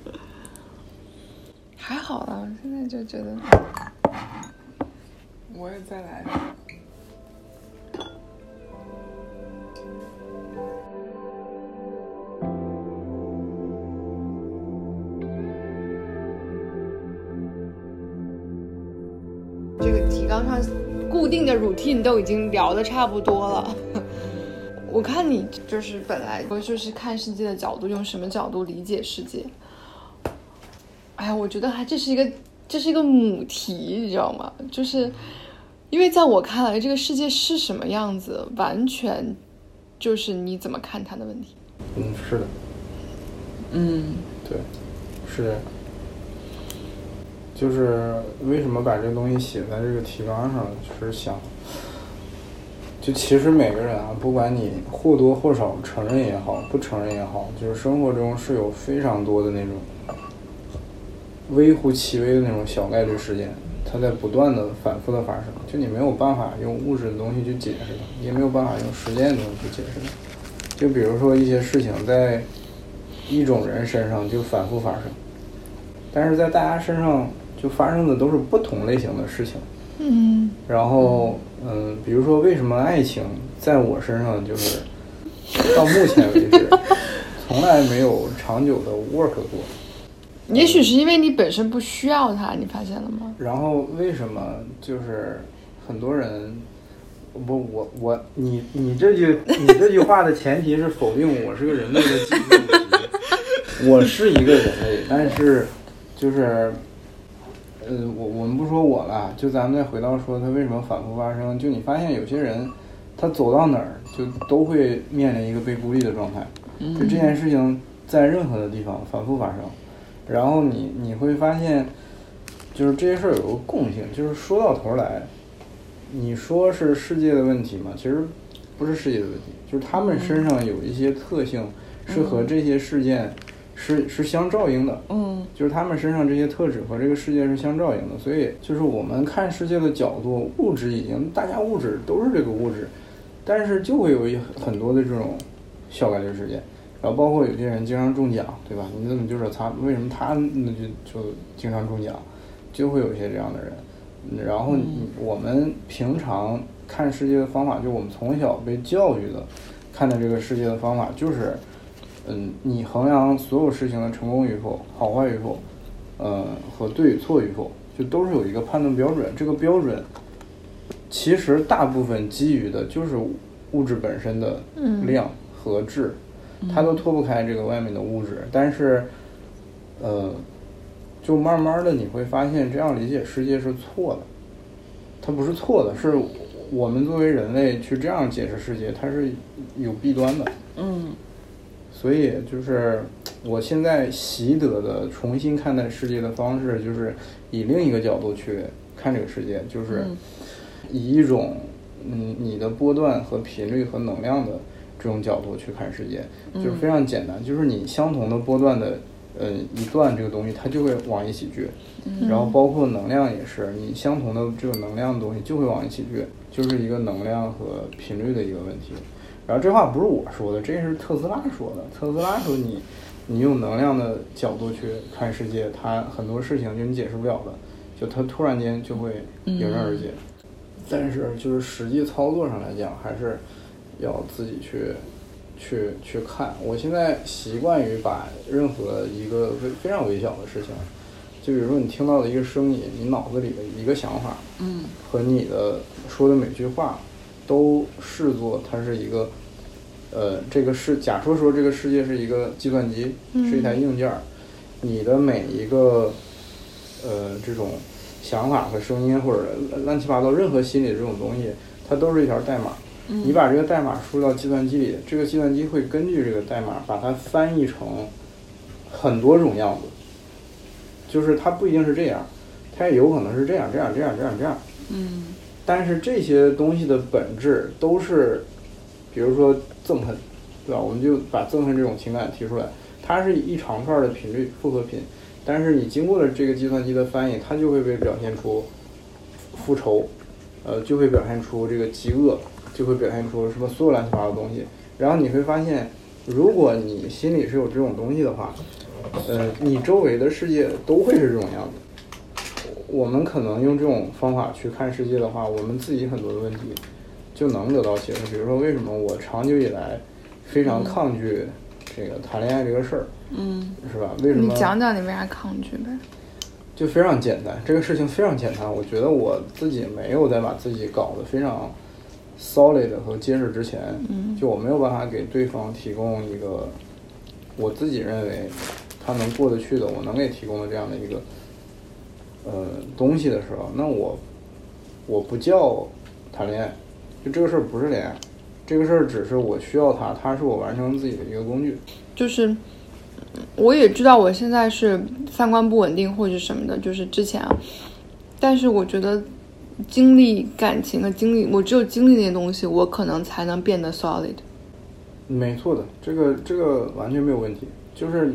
还好啦，现在就觉得我也再来。 这个提纲上固定的 routine 都已经聊得差不多了。我看你就是本来就是看世界的角度，用什么角度理解世界？哎呀，我觉得还这是一个这是一个母题，你知道吗？就是因为在我看来，这个世界是什么样子，完全就是你怎么看它的问题。 嗯，是的。 嗯， 对，是的。就是为什么把这个东西写在这个提纲上，就是想，就其实每个人啊，不管你或多或少承认也好，不承认也好，就是生活中是有非常多的那种微乎其微的那种小概率事件，它在不断的反复的发生，就你没有办法用物质的东西去解释它，也没有办法用时间的东西去解释它。就比如说一些事情在一种人身上就反复发生，但是在大家身上就发生的都是不同类型的事情。 嗯， 然后嗯，比如说为什么爱情在我身上就是到目前为止从来没有长久的 work 过。 也许是因为你本身不需要它，你发现了吗？ 然后为什么就是很多人，不，我我你你这句你这句话的前提是否定我是个人类的基础问题。我是一个人类，但是就是呃，我我们不说我了，就咱们再回到说它为什么反复发生，就你发现有些人他走到哪儿就都会面临一个被孤立的状态，就这件事情在任何的地方反复发生。然后你你会发现，就是这些事儿有个共性，就是说到头来，你说是世界的问题嘛，其实不是世界的问题，就是他们身上有一些特性是和这些事件是是相照应的， 嗯， 就是他们身上这些特质和这个世界是相照应的，所以就是我们看世界的角度，物质已经大家物质都是这个物质，但是就会有一很多的这种小概率事件。然后包括有些人经常中奖，对吧？你怎么就说他为什么他那就就经常中奖，就会有一些这样的人。然后我们平常看世界的方法，就我们从小被教育的看待这个世界的方法，就是嗯，你衡量所有事情的成功与否、好坏与否，呃和对与错与否，就都是有一个判断标准。这个标准其实大部分基于的就是物质本身的量和质。它都脱不开这个外面的物质，但是呃就慢慢的你会发现这样理解世界是错的，它不是错的，是我们作为人类去这样解释世界，它是有弊端的。 嗯， 所以就是我现在习得的重新看待世界的方式，就是以另一个角度去看这个世界，就是以一种嗯你的波段和频率和能量的这种角度去看世界，就是非常简单，就是你相同的波段的呃，一断这个东西，它就会往一起聚。嗯、然后包括能量也是，你相同的这种能量的东西就会往一起聚，就是一个能量和频率的一个问题。然后这话不是我说的，这是特斯拉说的。特斯拉说你，你用能量的角度去看世界，它很多事情就你解释不了的，就它突然间就会迎刃而解。嗯、但是就是实际操作上来讲，还是要自己去。去去看，我现在习惯于把任何一个非常微小的事情，就比如说你听到的一个声音，你脑子里的一个想法， 嗯， 和你的说的每句话，都视作它是一个，呃，这个是假说说这个世界是一个计算机，是一台硬件，你的每一个，呃，这种想法和声音或者乱七八糟任何心理的这种东西，它都是一条代码。你把这个代码输到计算机里，这个计算机会根据这个代码把它翻译成很多种样子，就是它不一定是这样，它也有可能是这样这样这样这样这样。 嗯， 但是这些东西的本质都是，比如说憎恨，对吧？我们就把憎恨这种情感提出来，它是一长串的频率复合品，但是你经过了这个计算机的翻译，它就会被表现出复仇，呃，就会表现出这个饥饿。就会表现出什么所有乱七八糟的东西，然后你会发现，如果你心里是有这种东西的话，呃，你周围的世界都会是这种样子。我们可能用这种方法去看世界的话，我们自己很多的问题就能得到解释。比如说，为什么我长久以来非常抗拒这个谈恋爱这个事儿， 嗯， 是吧？为什么？ 你讲讲你为啥抗拒呗？ 就非常简单，这个事情非常简单。我觉得我自己没有在把自己搞得非常solid 和结实之前，就我没有办法给对方提供一个我自己认为他能过得去的，我能给提供的这样的一个呃东西的时候，那我我不叫谈恋爱，就这个事儿不是恋爱，这个事儿只是我需要它，它是我完成自己的一个工具。 就是我也知道我现在是三观不稳定或者什么的，就是之前啊，但是我觉得经历感情的经历，我只有经历那些东西，我可能才能变得 solid。 没错的，这个这个完全没有问题。就是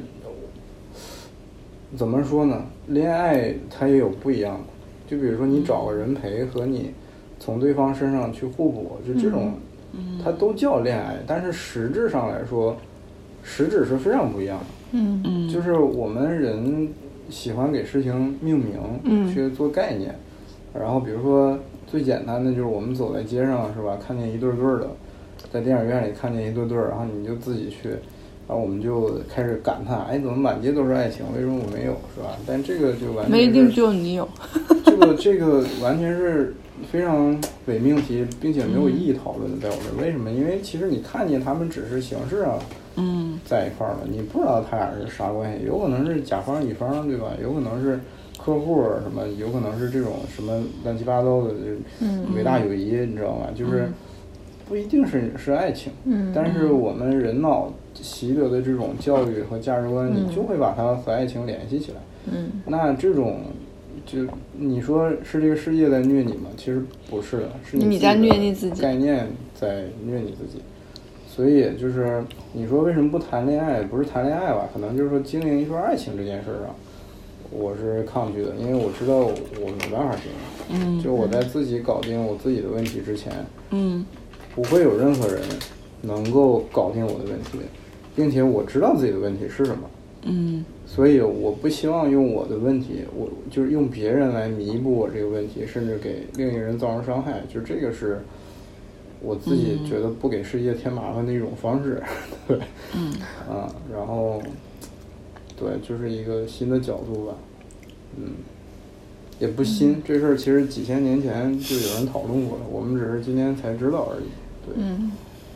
怎么说呢？恋爱它也有不一样的，就比如说你找个人陪和你从对方身上去互补，就这种，它都叫恋爱，但是实质上来说，实质是非常不一样的。 嗯嗯， 就是我们人喜欢给事情命名， 嗯， 去做概念。然后比如说最简单的就是我们走在街上是吧，看见一对对的，在电影院里看见一对对，然后你就自己去，然后我们就开始感叹，哎，怎么满街都是爱情，为什么我没有，是吧？但这个就完全没一定只有你有。 这个这个完全是非常伪命题，并且没有意义讨论的，在我这儿。为什么？因为其实你看见他们只是形式上嗯在一块儿了，你不知道他俩是啥关系，有可能是甲方乙方，对吧？有可能是客户什么，有可能是这种什么乱七八糟的伟大友谊，你知道吗？就是不一定是是爱情， 嗯， 但是我们人脑习得的这种教育和价值观，你就会把它和爱情联系起来。 嗯， 那这种就你说是这个世界在虐你吗？其实不是的，是你在虐你自己， 概念在虐你自己。所以就是你说为什么不谈恋爱？不是谈恋爱吧？可能就是说经营一段爱情这件事上，我是抗拒的，因为我知道我没办法经营。 嗯， 就我在自己搞定我自己的问题之前， 嗯， 不会有任何人能够搞定我的问题，并且我知道自己的问题是什么。 嗯， 所以我不希望用我的问题，我就是用别人来弥补我这个问题，甚至给另一个人造成伤害，就这个是我自己觉得不给世界添麻烦的一种方式。对， 嗯， 啊，然后对，就是一个新的角度吧。嗯，也不新，嗯、这事儿其实几千年前就有人讨论过了，我们只是今天才知道而已。对， 嗯。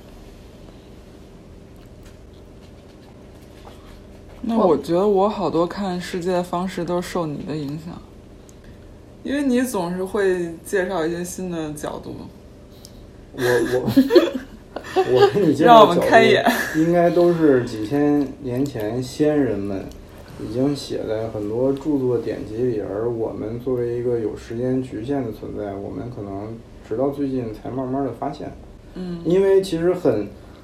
那我觉得我好多看世界的方式都受你的影响，因为你总是会介绍一些新的角度。 我我我跟你介绍的角度应该都是几千年前先人们已经写在很多著作典籍里，而我们作为一个有时间局限的存在，我们可能直到最近才慢慢的发现。 嗯， 因为其实很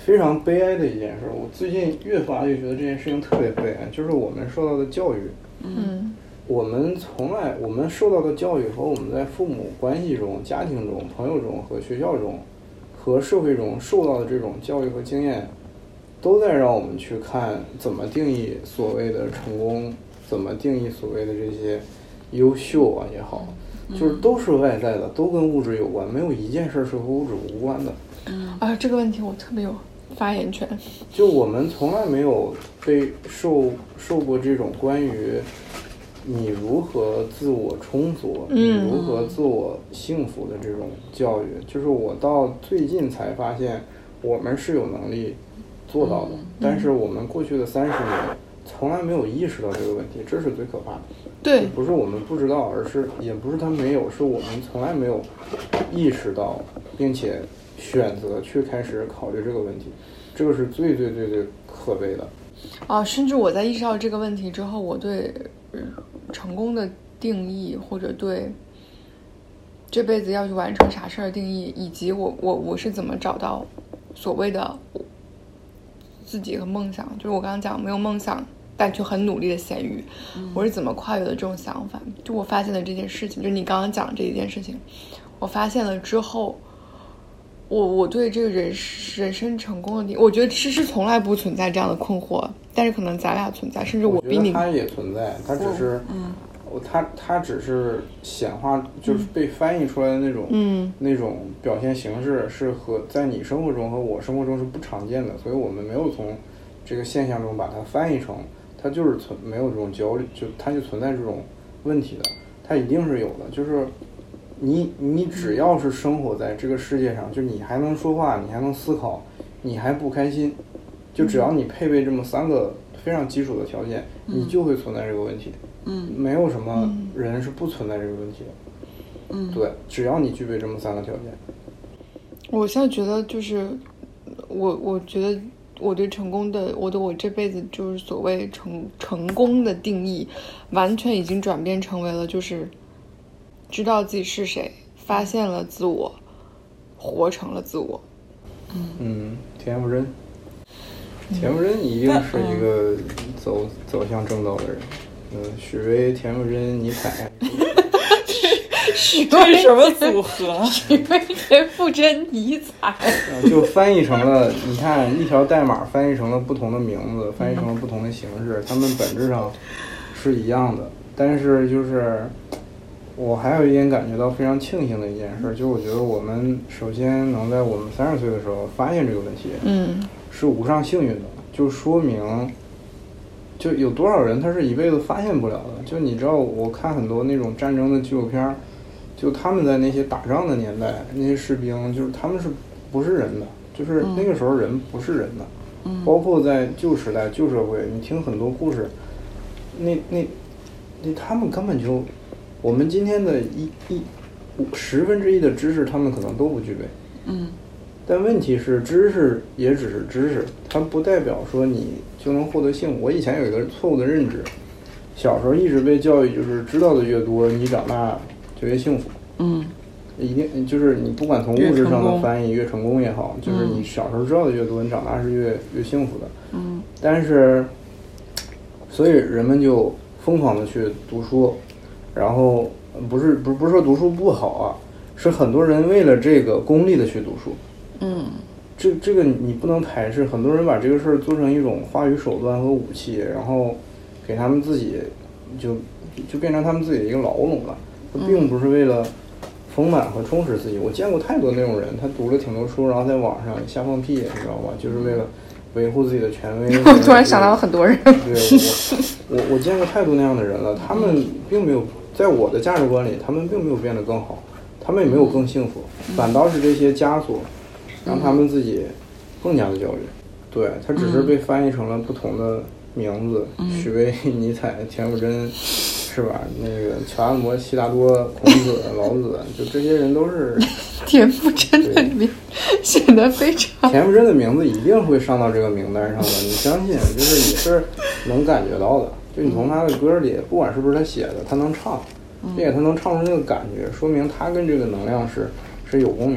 非常悲哀的一件事。我最近越发越觉得这件事情特别悲哀，就是我们受到的教育， 嗯， 我们从来我们受到的教育和我们在父母关系中、家庭中、朋友中和学校中和社会中受到的这种教育和经验，都在让我们去看怎么定义所谓的成功，怎么定义所谓的这些优秀啊也好，就是都是外在的，都跟物质有关，没有一件事是和物质无关的。 啊，这个问题我特别有发言权。 就我们从来没有被受受过这种关于你如何自我充足，你如何自我幸福的这种教育。就是我到最近才发现，我们是有能力做到的，但是我们过去的三十年从来没有意识到这个问题，这是最可怕的。 对， 不是我们不知道，而是也不是他没有，是我们从来没有意识到，并且选择去开始考虑这个问题，这个是最最最最可悲的。 啊，甚至我在意识到这个问题之后，我对成功的定义，或者对这辈子要去完成啥事儿的定义，以及我我我是怎么找到所谓的自己和梦想，就是我刚刚讲没有梦想但却很努力的咸鱼，我是怎么跨越的这种想法。就我发现了这件事情，就你刚刚讲这一件事情，我发现了之后，我我对这个人人生成功的定义，我觉得其实从来不存在这样的困惑，但是可能咱俩存在，甚至我比你， 他也存在，他只是，嗯，他他只是显化，就是被翻译出来的那种，嗯，那种表现形式是和在你生活中和我生活中是不常见的，所以我们没有从这个现象中把它翻译成，它就是存没有这种焦虑，就它就存在这种问题的，它一定是有的，就是你你只要是生活在这个世界上，就你还能说话，你还能思考，你还不开心，就只要你配备这么三个非常基础的条件，你就会存在这个问题。嗯，没有什么人是不存在这个问题的。嗯，对，只要你具备这么三个条件。 我现在觉得就是我我觉得我对成功的我对我这辈子就是所谓成成功的定义完全已经转变成为了就是知道自己是谁，发现了自我，活成了自我。 嗯嗯，田馥甄，田馥甄一定是一个走、嗯、走向正道的人。嗯，许巍、田馥甄、尼采。 许巍什么组合？ 许巍、田馥甄、尼采。 就翻译成了，你看一条代码翻译成了不同的名字，翻译成了不同的形式，他们本质上是一样的，但是就是我还有一点感觉到非常庆幸的一件事，就我觉得我们首先能在我们三十岁的时候发现这个问题，嗯，是无上幸运的，就说明就有多少人他是一辈子发现不了的。就你知道，我看很多那种战争的纪录片，就他们在那些打仗的年代，那些士兵就是他们是不是人的，就是那个时候人不是人的，嗯，包括在旧时代旧社会，你听很多故事，那那那他们根本就我们今天的一一十分之一的知识他们可能都不具备，嗯，但问题是知识也只是知识，它不代表说你就能获得幸福。我以前有一个错误的认知，小时候一直被教育就是知道的越多你长大就越幸福，嗯，一定就是你不管从物质上的翻译越成功也好，就是你小时候知道的越多你长大是越越幸福的，嗯，但是所以人们就疯狂的去读书，然后不是不是不是说读书不好啊，是很多人为了这个功利的去读书，嗯，这这个你不能排斥，很多人把这个事儿做成一种话语手段和武器，然后给他们自己就就变成他们自己的一个牢笼了，并不是为了丰满和充实自己。我见过太多那种人，他读了挺多书，然后在网上瞎放屁，你知道吗？就是为了维护自己的权威。 我突然想到很多人， 对，我我我见过太多那样的人了，他们并没有在我的价值观里，他们并没有变得更好，他们也没有更幸福，反倒是这些枷锁让他们自己更加的焦虑。对，他只是被翻译成了不同的名字，许巍、尼采、田馥甄，是吧？那个乔阿摩、悉达多、孔子、老子，就这些人都是田馥甄的名显得非常。 田馥甄的名字一定会上到这个名单上的，你相信？就是你是能感觉到的，就你从他的歌里，不管是不是他写的，他能唱，并且他能唱出那个感觉，说明他跟这个能量是是有共鸣的。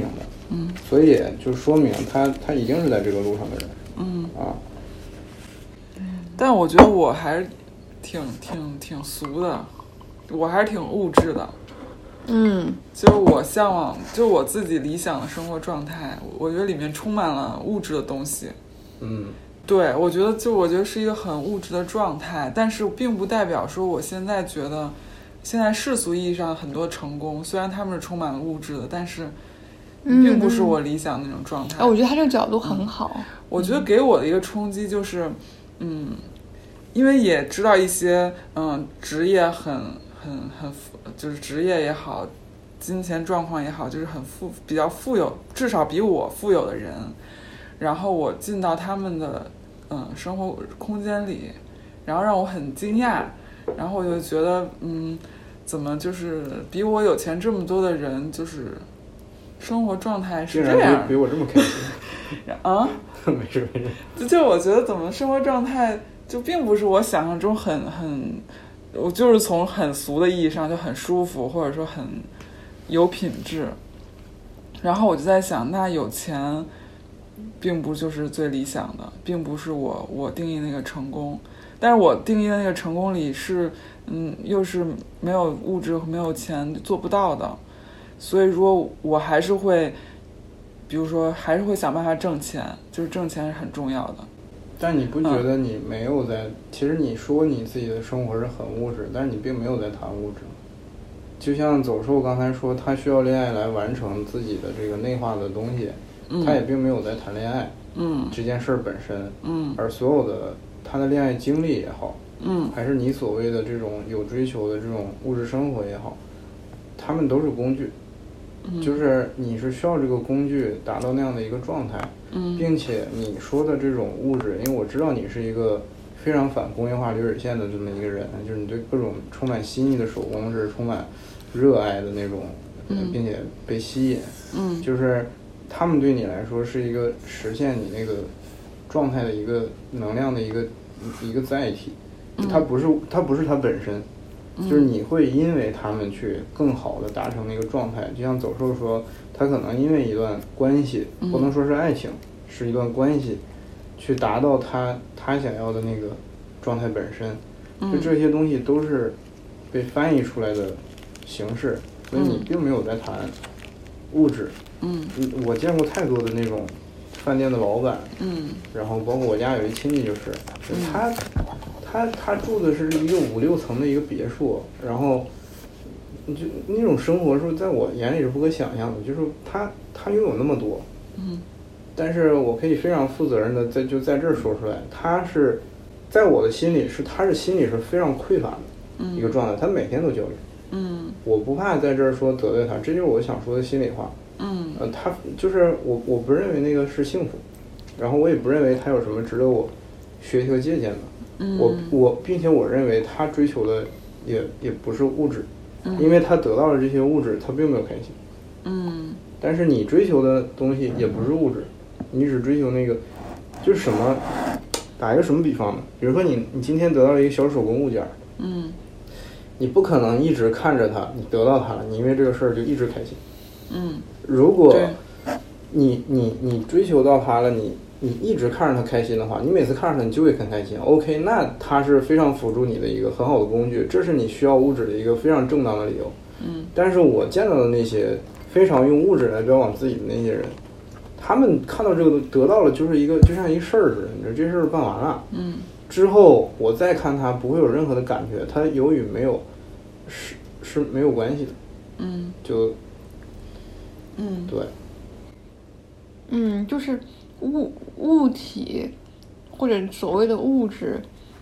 嗯， 所以就说明他他一定是在这个路上的人。 嗯啊， 但我觉得我还是挺挺挺俗的，我还是挺物质的。 嗯， 就是我向往，就是我自己理想的生活状态，我觉得里面充满了物质的东西。 嗯， 对，我觉得就我觉得是一个很物质的状态，但是并不代表说我现在觉得现在世俗意义上很多成功，虽然他们是充满了物质的，但是并不是我理想的那种状态。 哎、嗯嗯，我觉得他这个角度很好。 嗯、我觉得给我的一个冲击就是，嗯，因为也知道一些嗯职业很很很就是职业也好，金钱状况也好，就是很富比较富有，至少比我富有的人，然后我进到他们的嗯生活空间里，然后让我很惊讶，然后我就觉得嗯，怎么就是比我有钱这么多的人，就是生活状态是这样， 比我这么开心啊？ 没事没事， 就就我觉得怎么生活状态就并不是我想象中很很，我就是从很俗的意义上就很舒服，或者说很有品质。然后我就在想，那有钱并不就是最理想的，并不是我我定义那个成功，但是我定义的那个成功里是嗯又是没有物质没有钱做不到的，所以说我还是会比如说还是会想办法挣钱，就是挣钱是很重要的。 但你不觉得你没有在、嗯、其实你说你自己的生活是很物质，但是你并没有在谈物质。就像走兽刚才说他需要恋爱来完成自己的这个内化的东西、嗯、他也并没有在谈恋爱嗯， 这件事本身嗯， 而所有的他的恋爱经历也好， 嗯， 还是你所谓的这种有追求的这种物质生活也好，他们都是工具，就是你是需要这个工具达到那样的一个状态， 嗯， 并且你说的这种物质，因为我知道你是一个非常反工业化流水线的这么一个人，就是你对各种充满新意的手工是充满热爱的那种，并且被吸引， 嗯， 就是他们对你来说是一个实现你那个状态的一个能量的一个一个载体，它不是它不是它本身。就是你会因为他们去更好的达成那个状态，就像走兽说他可能因为一段关系，不能说是爱情，是一段关系去达到他他想要的那个状态本身，就这些东西都是被翻译出来的形式，所以你并没有在谈物质。 嗯， 我见过太多的那种饭店的老板， 嗯， 然后包括我家有一亲戚就是他他他住的是一个五六层的一个别墅，然后就那种生活是在我眼里是不可想象的，就是他他拥有那么多， 嗯， 但是我可以非常负责任的在就在这儿说出来，他是在我的心里是他是心里是非常匮乏的一个状态，他每天都焦虑， 嗯， 我不怕在这儿说得罪他，这就是我想说的心里话， 嗯， 呃，他就是我我不认为那个是幸福，然后我也不认为他有什么值得我学习和借鉴的。我我并且我认为他追求的也也不是物质，因为他得到了这些物质他并没有开心， 嗯， 但是你追求的东西也不是物质，你只追求那个就是什么，打一个什么比方呢？比如说你你今天得到了一个小手工物件， 嗯， 你不可能一直看着它，你得到它了，你因为这个事儿就一直开心， 嗯， 如果你你你追求到它了，你你一直看着他开心的话，你每次看着他你就会很开心 OK， 那他是非常辅助你的一个很好的工具，这是你需要物质的一个非常正当的理由。 嗯， 但是我见到的那些非常用物质来标榜自己的那些人，他们看到这个得到了就是一个就像一事儿似的，你说这事儿办完了， 嗯， 之后我再看他不会有任何的感觉，他有与没有是是没有关系的， 嗯， 就嗯， 对， 嗯，就是物物体或者所谓的物质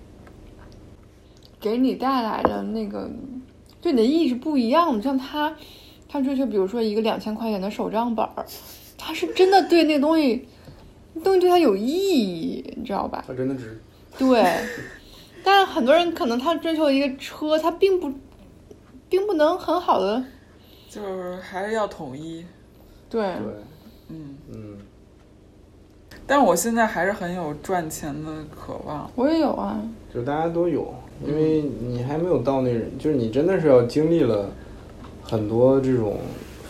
给你带来的那个对你的意义是不一样的。像他他追求比如说一个两千块钱的手账本，他是真的对那个东西那东西对他有意义，你知道吧？ 他真的值。 对，但是很多人可能他追求一个车，他并不并不能很好的， 就是还是要统一。 对对， 嗯嗯。 但我现在还是很有赚钱的渴望。 我也有啊， 就大家都有，因为你还没有到那人，就是你真的是要经历了很多这种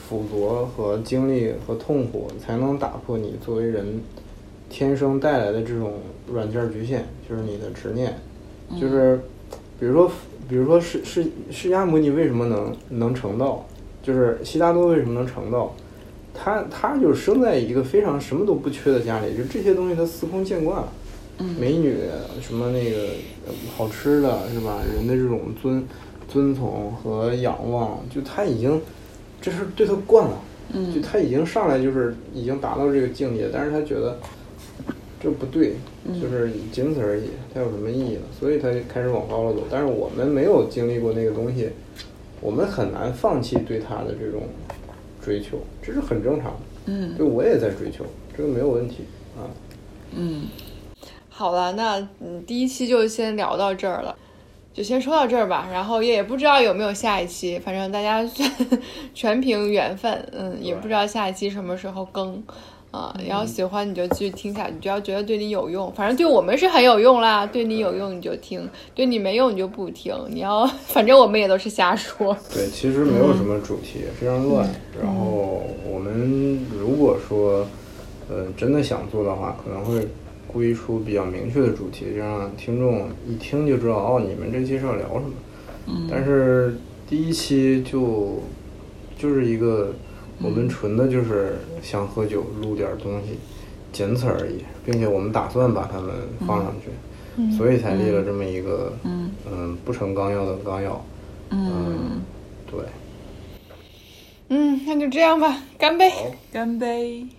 辅佐和经历和痛苦，才能打破你作为人天生带来的这种软件局限，就是你的执念。就是比如说比如说释释释迦牟尼为什么能能成道，就是悉达多为什么能成道，他他就是生在一个非常什么都不缺的家里，就这些东西他司空见惯了，美女什么那个好吃的是吧，人的这种尊尊崇和仰望，就他已经这是对他惯了，就他已经上来就是已经达到这个境界，但是他觉得这不对，就是仅此而已，它有什么意义呢？所以他开始往高了走。但是我们没有经历过那个东西，我们很难放弃对他的这种追求，这是很正常的。嗯，对，我也在追求，这个没有问题啊。 嗯，好了，那嗯第一期就先聊到这儿了，就先说到这儿吧。然后也不知道有没有下一期，反正大家全凭缘分。嗯，也不知道下一期什么时候更。啊，然后喜欢你就继续听下去，你只要觉得对你有用，反正对我们是很有用啦，对你有用你就听，对你没用你就不听。你要反正我们也都是瞎说。 对，其实没有什么主题，嗯、非常乱。然后我们如果说呃真的想做的话，可能会故意出比较明确的主题，让听众一听就知道哦，你们这期是要聊什么。嗯。但是第一期就就是一个。我们纯的就是想喝酒录点东西，仅此而已，并且我们打算把它们放上去，嗯、所以才立了这么一个嗯嗯不成纲要的纲要。嗯，嗯对。 嗯，那就这样吧，干杯！ 干杯！